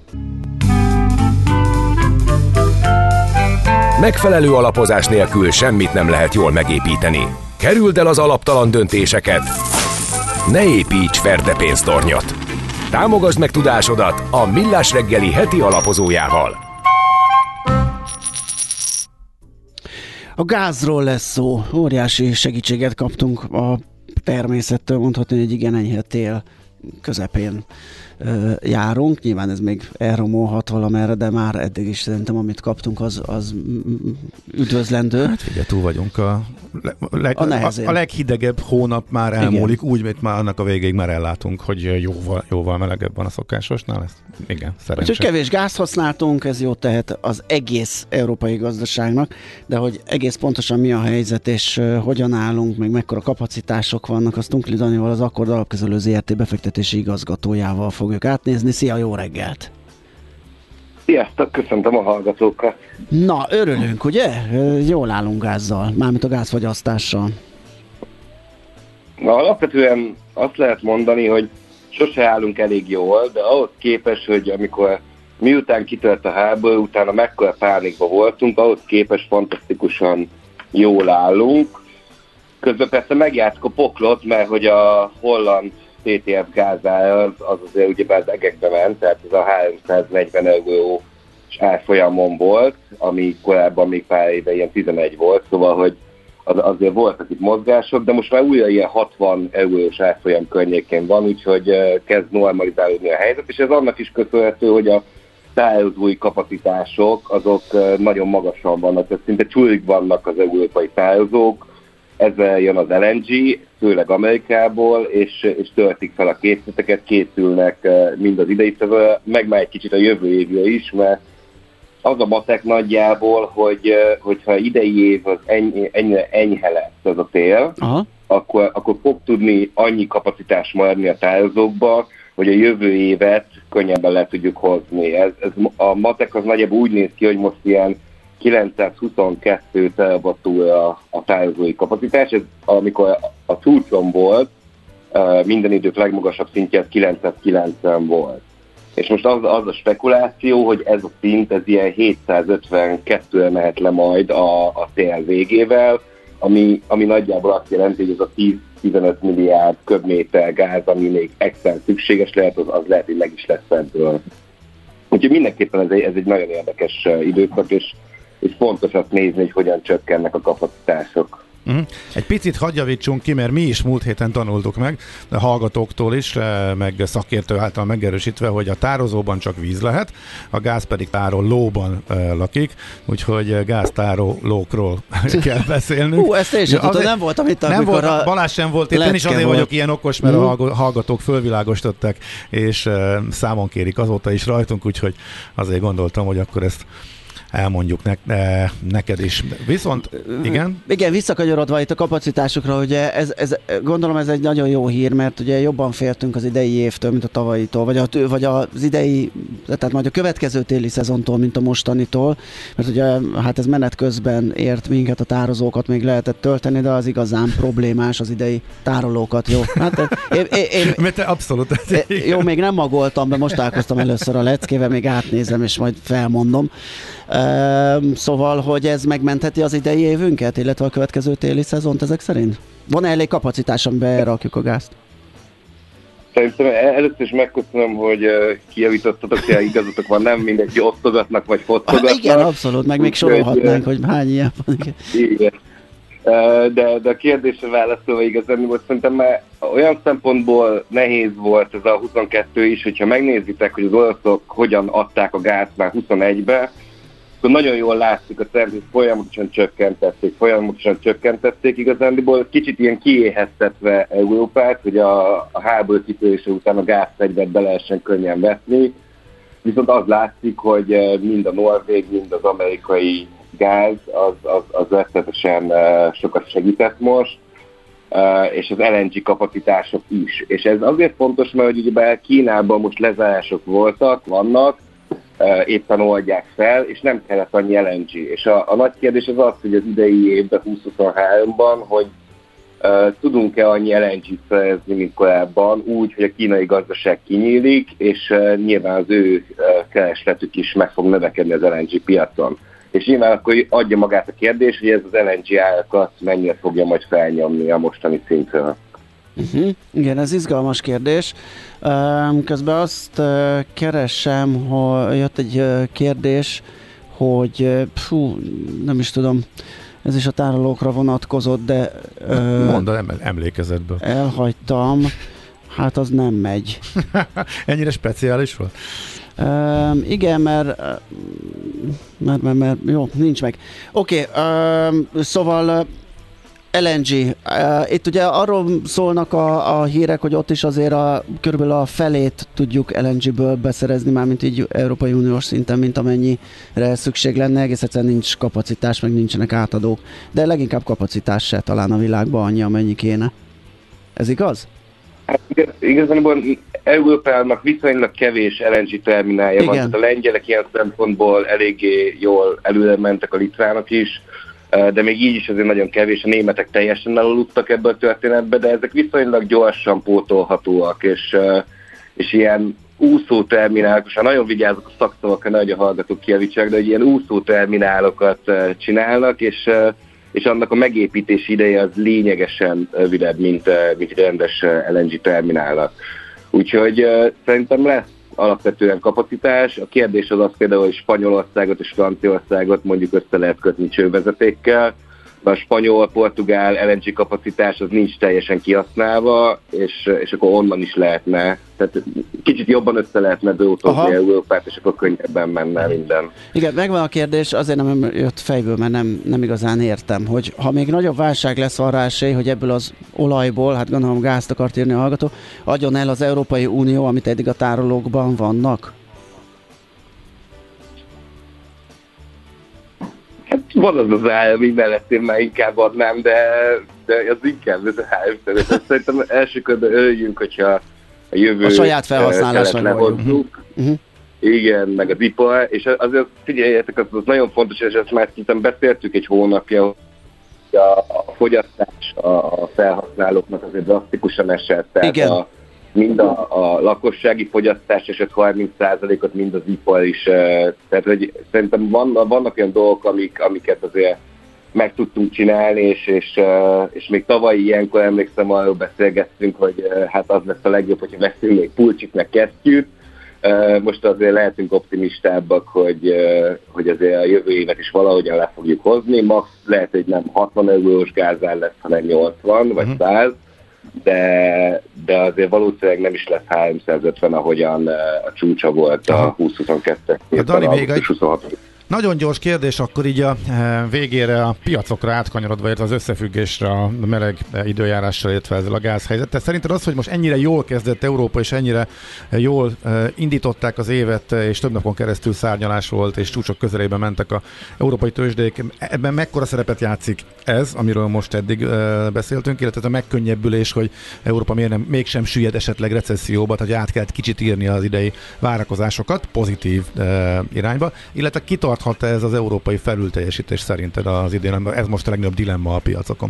Megfelelő alapozás nélkül semmit nem lehet jól megépíteni. Kerüld el az alaptalan döntéseket! Ne építs ferde pénztornyot! Támogasd meg tudásodat a Millás reggeli heti alapozójával! A gázról lesz szó. Óriási segítséget kaptunk a természettől, mondhatni, hogy egy igen enyhe tél közepén ö, járunk. Nyilván ez még elromolhat valamerre, de már eddig is szerintem, amit kaptunk, az, az üdvözlendő. Hát figyelj, túl vagyunk a, leg, a, a, a leghidegebb hónap már elmúlik, igen. Úgy, mint már annak a végéig már ellátunk, hogy jóval, jóval melegebb van a szokásosnál. Ez, igen, szerencsé. Úgyhogy kevés gáz használtunk, ez jót tehet az egész európai gazdaságnak, de hogy egész pontosan mi a helyzet, és uh, hogyan állunk, meg mekkora kapacitások vannak, azt Tunkli Danival, az Akkord Alapkezelő zé er té befektetési igazgatójával fogjuk átnézni. Szia, jó reggelt! Sziasztok, köszöntöm a hallgatókat! Na, örülünk, ugye? Jól állunk gázzal, mármint a gázfogyasztással. Na, alapvetően azt lehet mondani, hogy sose állunk elég jól, de ahhoz képest, hogy amikor miután kitört a háború, utána mekkora pánikba voltunk, ahhoz képest fantasztikusan jól állunk. Közben persze megjátszok a poklot, mert hogy a holland té té ef gázára az, az azért ugye az egekbe ment, tehát ez a háromszáznegyven euró árfolyamon volt, ami korábban még pár éve ilyen tizenegy volt, szóval hogy az, azért voltak itt mozgások, de most már újra ilyen hatvan eurós árfolyam környékén van, úgyhogy uh, kezd normalizálódni a helyzet, és ez annak is köszönhető, hogy a tározói kapacitások azok uh, nagyon magasan vannak, tehát szinte csúrig vannak az európai tározók, ezzel jön az el en gé, főleg Amerikából, és, és töltik fel a készleteket, készülnek uh, mind az idei szezonra, meg már egy kicsit a jövő évre is, mert az a matek nagyjából, hogy uh, hogyha idei év az eny- ennyire enyhe lesz ez a tél, akkor, akkor fog tudni annyi kapacitás maradni a tározókba, hogy a jövő évet könnyebben le tudjuk hozni. Ez, ez, a matek az nagyjából úgy néz ki, hogy most ilyen kilencszázhuszonkettő terawattúra a tározói kapacitás, ez amikor a csúcson volt, minden idők legmagasabb szintje az kilencszázkilencven volt. És most az, az a spekuláció, hogy ez a szint, ez ilyen hétszázötvenkettőre mehet le majd a, a tél végével, ami, ami nagyjából azt jelenti, hogy ez a tíz-tizenöt milliárd köbméter gáz, ami még extra szükséges lehet, az, az lehet, hogy meg is lesz ebből. Úgyhogy mindenképpen ez egy, ez egy nagyon érdekes időszak, és és fontos azt nézni, hogy hogyan csökkennek a kapacitások. Uh-huh. Egy picit hagyjavítsunk ki, mert mi is múlt héten tanultuk meg, a hallgatóktól is, meg szakértő által megerősítve, hogy a tározóban csak víz lehet, a gáz pedig tárolóban uh, lakik, úgyhogy gáztárolókról kell beszélnünk. Hú, ezt én sem tudom, nem voltam itt, nem volt, a Balázs sem volt itt, én is azért volt. Vagyok ilyen okos, mert uh-huh. a hallgatók fölvilágosítottak, és uh, számon kérik azóta is rajtunk, úgyhogy azért gondoltam, hogy akkor ezt elmondjuk ne, ne, neked is. Viszont, igen? Igen, visszakanyarodva itt a kapacitásokra, ugye ez, ez, gondolom ez egy nagyon jó hír, mert ugye jobban féltünk az idei évtől, mint a tavalyitól, vagy, a, vagy az idei, tehát majd a következő téli szezontól, mint a mostanitól, mert ugye hát ez menet közben ért minket, a tározókat még lehetett tölteni, de az igazán problémás az idei tárolókat, jó? Hát én, én, én, abszolút. Jó, még nem magoltam, de most találkoztam először a leckével, még átnézem, és majd felmondom. Uh, szóval, hogy ez megmentheti az idei évünket, illetve a következő téli szezont ezek szerint? Van-e elég kapacitás, amiben elrakjuk a gázt? Szerintem először is megköszönöm, hogy kijavítottatok, hogy igazatok van, nem mindegy, osztogatnak vagy fosztogatnak. Ah, igen, abszolút, meg még sorolhatnánk, hogy hány ilyen van. Igen. De, de a kérdésre válaszolva igazán, hogy szerintem már olyan szempontból nehéz volt ez a huszonkettő is, hogyha megnézitek, hogy az olaszok hogyan adták a gázt már huszonegybe, akkor nagyon jól látszik a trend, hogy folyamatosan csökkentették, folyamatosan csökkentették igazándiból, kicsit ilyen kiéheztetve Európát, hogy a, a háború kitörése után a gázfegyvert be lehessen könnyen vetni, viszont az látszik, hogy mind a norvég, mind az amerikai gáz az, az, az rettenetesen sokat segített most, és az el en gé kapacitások is. És ez azért fontos, mert hogy ugye Kínában most lezárások voltak, vannak, éppen oldják fel, és nem kellett annyi el en gé. És a, a nagy kérdés az az, hogy az idei évben, húsz-huszonháromban, hogy uh, tudunk-e annyi el en gét szerezni, mint korábban, úgy, hogy a kínai gazdaság kinyílik, és uh, nyilván az ő uh, keresletük is meg fog növekedni az el en gé piacon. És nyilván akkor adja magát a kérdés, hogy ez az el en gé árakat mennyire fogja majd felnyomni a mostani szintről. Uh-huh. Igen, ez izgalmas kérdés. Közben azt keresem, hogy jött egy kérdés, hogy fú, nem is tudom, ez is a tárolókra vonatkozott, de mondd el emlékezetből. Elhagytam, hát az nem megy. Ennyire speciális volt? Uh, igen, mert, mert, mert, mert jó, nincs meg. Oké, okay, uh, szóval el en gé. Uh, itt ugye arról szólnak a, a hírek, hogy ott is azért a, körülbelül a felét tudjuk el en géből beszerezni, mármint így Európai Uniós szinten, mint amennyire szükség lenne. Egész egyszerűen nincs kapacitás, meg nincsenek átadók. De leginkább kapacitás se talán a világban annyi, amennyi kéne. Ez igaz? Hát igazából Európának viszonylag kevés el en gé terminálja Igen. van, tehát a lengyelek ilyen szempontból eléggé jól előre mentek, a litvánok is, de még így is azért nagyon kevés, a németek teljesen elaludtak ebbe a történetbe, de ezek viszonylag gyorsan pótolhatóak, és, és ilyen úszóterminálok, most nagyon vigyázok a szakszavakra, nehogy a hallgatók kijavítsák, de hogy ilyen úszóterminálokat csinálnak, és, és annak a megépítési ideje az lényegesen rövidebb, mint, mint rendes el en gé terminálnak. Úgyhogy szerintem lesz alapvetően kapacitás. A kérdés az az például, hogy Spanyolországot és Franciaországot mondjuk össze lehet kötni csővezetékkel, a spanyol-portugál el en gé kapacitás az nincs teljesen kihasználva, és, és akkor onnan is lehetne, tehát kicsit jobban össze lehetne drótozni Európát, és akkor könnyebben menne minden. Igen, megvan a kérdés, azért nem jött fejből, mert nem, nem igazán értem, hogy ha még nagyobb válság lesz arra esély, hogy ebből az olajból, hát gondolom gázt akart írni a hallgató, adjon el az Európai Unió, amit eddig a tárolókban vannak? Hát van az az ár, ami mellett én már inkább adnám, de, de az inkább ez a háromszeres. Szerintem első körben örüljünk, hogyha a jövő a saját felhasználásra lehozzuk. Uh-huh. Igen, meg az ipar, és azért figyeljetek, az, az nagyon fontos, és ezt már szerintem beszéltük egy hónapja, hogy a, a fogyasztás a felhasználóknak azért drasztikusan esett. Tehát Igen. A, mind a, a lakossági fogyasztás esett harminc százalékot, mind az ipar is. Tehát, hogy szerintem van, vannak olyan dolgok, amik, amiket azért meg tudtunk csinálni, és, és, és még tavaly ilyenkor emlékszem, arról beszélgettünk, hogy hát az lesz a legjobb, hogyha veszünk még pulcsit, meg kesztyűt, Most azért lehetünk optimistábbak, hogy, hogy azért a jövő évet is valahogyan le fogjuk hozni. Max lehet, hogy nem hatvan eurós gázár lesz, hanem nyolcvan vagy uh-huh. száz, de, de azért valószínűleg nem is lesz háromszázötven, ahogyan a csúcsa volt a húsz huszonkettő Dani, még egy nagyon gyors kérdés, akkor így a végére a piacokra átkanyarodva, illetve az összefüggésre a meleg időjárással, illetve ezzel a gázhelyzettel. Szerinted az, hogy most ennyire jól kezdett Európa, és ennyire jól indították az évet, és több napon keresztül szárnyalás volt, és csúcsok közelében mentek a európai tőzsdék, ebben mekkora szerepet játszik ez, amiről most eddig beszéltünk, illetve a megkönnyebbülés, hogy Európa miért nem, mégsem süllyed esetleg recesszióba, tehát át kellett kicsit írni az idei várakozásokat pozitív irányba, illetve kitart hat ez az európai felülteljesítés szerinted az idén? Ez most a legnagyobb dilemma a piacokon.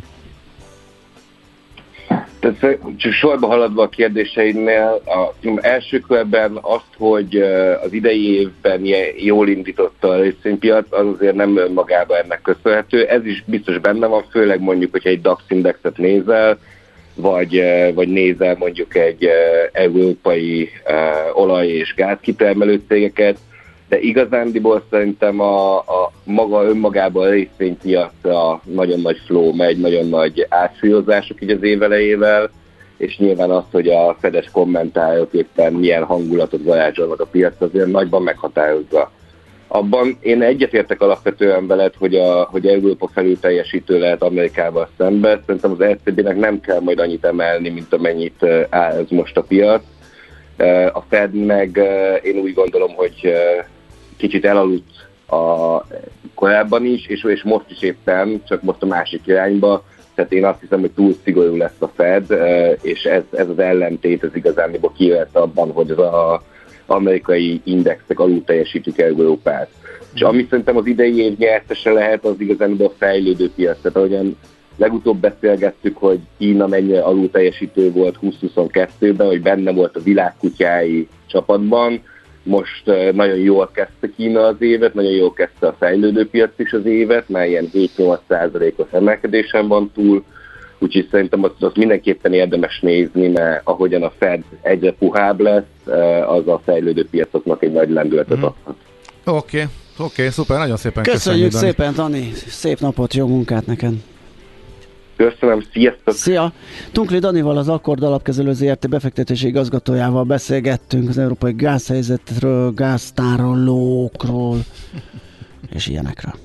Tehát csak sorba haladva a kérdéseidnél, az első körben azt, hogy az idei évben jól indította a részvénypiac, az azért nem önmagában ennek köszönhető. Ez is biztos benne van, főleg mondjuk, hogyha egy DAX indexet nézel, vagy, vagy nézel mondjuk egy európai olaj- és gázkitermelő cégeket, de igazándiból szerintem a, a maga önmagában a részvénypiacra nagyon nagy flow megy, nagyon nagy átfújózások így az év elejével, és nyilván az, hogy a Fedes kommentárok éppen milyen hangulatot varázsolnak a piac, azért nagyban meghatározza. Abban én egyetértek alapvetően veled, hogy, a, hogy Európa felül teljesítő lehet Amerikával szemben. Szerintem az é cé bé-nek nem kell majd annyit emelni, mint amennyit áll most a piac. A Fed meg én úgy gondolom, hogy kicsit elaludt a korábban is, és, és most is éppen, csak most a másik irányba. Tehát én azt hiszem, hogy túl szigorú lesz a Fed, és ez, ez az ellentét az igazániból kijöhet abban, hogy az a amerikai indexek alul teljesítik Európát. És ami szerintem az idei év nyertese lehet, az igazániból a fejlődő piac. Tehát ahogyan legutóbb beszélgettük, hogy Kína mennyire alul teljesítő volt húsz huszonkettőben, hogy benne volt a világkutyái csapatban. Most nagyon jól kezdte Kína az évet, nagyon jól kezdte a fejlődő piac is az évet, már ilyen hét-nyolc százalékos emelkedésen van túl, úgyhogy szerintem azt, azt mindenképpen érdemes nézni, mert ahogyan a Fed egyre puhább lesz, az a fejlődő piacoknak egy nagy lendületet mm. adhat. Oké, okay. oké, okay, szuper, nagyon szépen köszönjük. Köszönjük szépen, Dani, szép napot, jó munkát neked! Köszönöm, sziasztok! Szia! Tunkli Danival, az Akkord Alapkezelő zé er té befektetési igazgatójával beszélgettünk az európai gázhelyzetről, gáztárolókról és ilyenekről.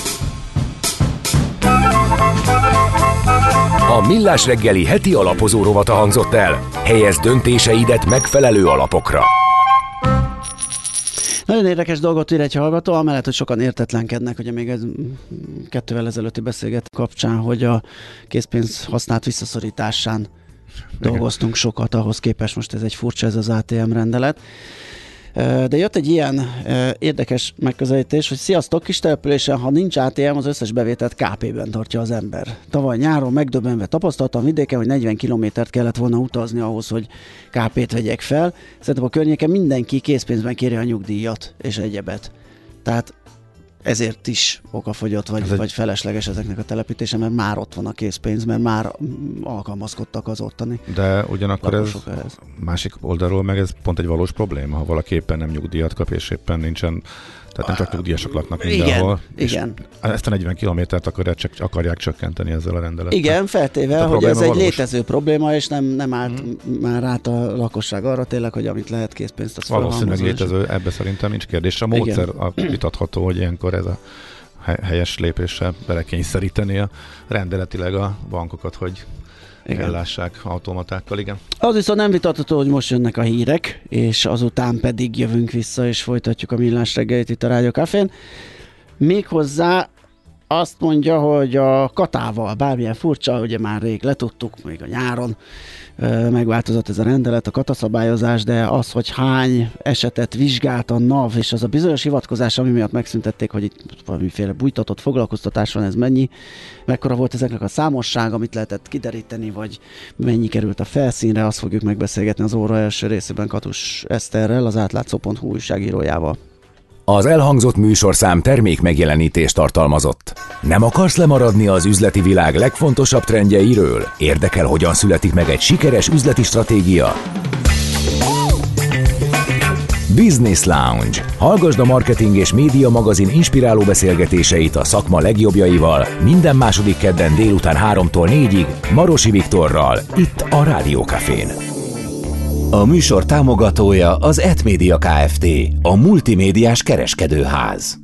A Millás reggeli heti alapozó rovata hangzott el. Helyezd döntéseidet megfelelő alapokra. Nagyon érdekes dolgot ír egy hallgató, amellett, hogy sokan értetlenkednek, ugye még ez kettővel ezelőtti beszélget kapcsán, hogy a készpénz használt visszaszorításán igen. dolgoztunk sokat, ahhoz képest most ez egy furcsa, ez az á té em rendelet. De jött egy ilyen érdekes megközelítés, hogy sziasztok, kis településen, ha nincs á té em, az összes bevételt ká pében tartja az ember. Tavaly nyáron megdöbbenve tapasztaltam vidéken, hogy negyven kilométert kellett volna utazni ahhoz, hogy ká pét vegyek fel. Szerintem a környéken mindenki készpénzben kéri a nyugdíjat és egyebet. Tehát ezért is okafogyott, vagy, egy... vagy felesleges ezeknek a telepítése, mert már ott van a készpénz, mert már alkalmazkodtak az ottani. De ugyanakkor ez ehhez. Másik oldalról meg ez pont egy valós probléma, ha valaki éppen nem nyugdíjat kap, és éppen nincsen, tehát nem csak nyugdíjasok laknak mindenhol. Igen, igen. Ezt a negyven kilométert akarják, csak, akarják csökkenteni ezzel a rendelettel. Igen, feltéve, hogy ez valós. egy létező probléma, és nem, nem állt hmm. már át a lakosság arra tényleg, hogy amit lehet készpénzt, azt valószínűleg létező, ebbe szerintem nincs kérdés. A módszer a vitatható, hogy ilyenkor ez a helyes lépéssel belekényszeríteni a rendeletileg a bankokat, hogy igen. ellássák automatákkal, igen. Az viszont nem vitatható, hogy most jönnek a hírek, és azután pedig jövünk vissza, és folytatjuk a Millás reggelit itt a Rádió Cafén. Méghozzá azt mondja, hogy a katával, bármilyen furcsa, ugye már rég letudtuk, még a nyáron megváltozott ez a rendelet, a kataszabályozás, de az, hogy hány esetet vizsgált a NAV, és az a bizonyos hivatkozás, ami miatt megszüntették, hogy itt valamiféle bújtatott foglalkoztatás van, ez mennyi, mekkora volt ezeknek a számosság, amit lehetett kideríteni, vagy mennyi került a felszínre, azt fogjuk megbeszélgetni az óra első részében Katus Eszterrel, az átlátszó pont hu újságírójával. Az elhangzott műsorszám termék megjelenítést tartalmazott. Nem akarsz lemaradni az üzleti világ legfontosabb trendjeiről? Érdekel, hogyan születik meg egy sikeres üzleti stratégia? Business Lounge. Hallgasd a Marketing és Média magazin inspiráló beszélgetéseit a szakma legjobbjaival minden második kedden délután háromtól négyig Marosi Viktorral, itt a Rádió Cafén. A műsor támogatója az Etmedia Kft., a multimédiás kereskedőház.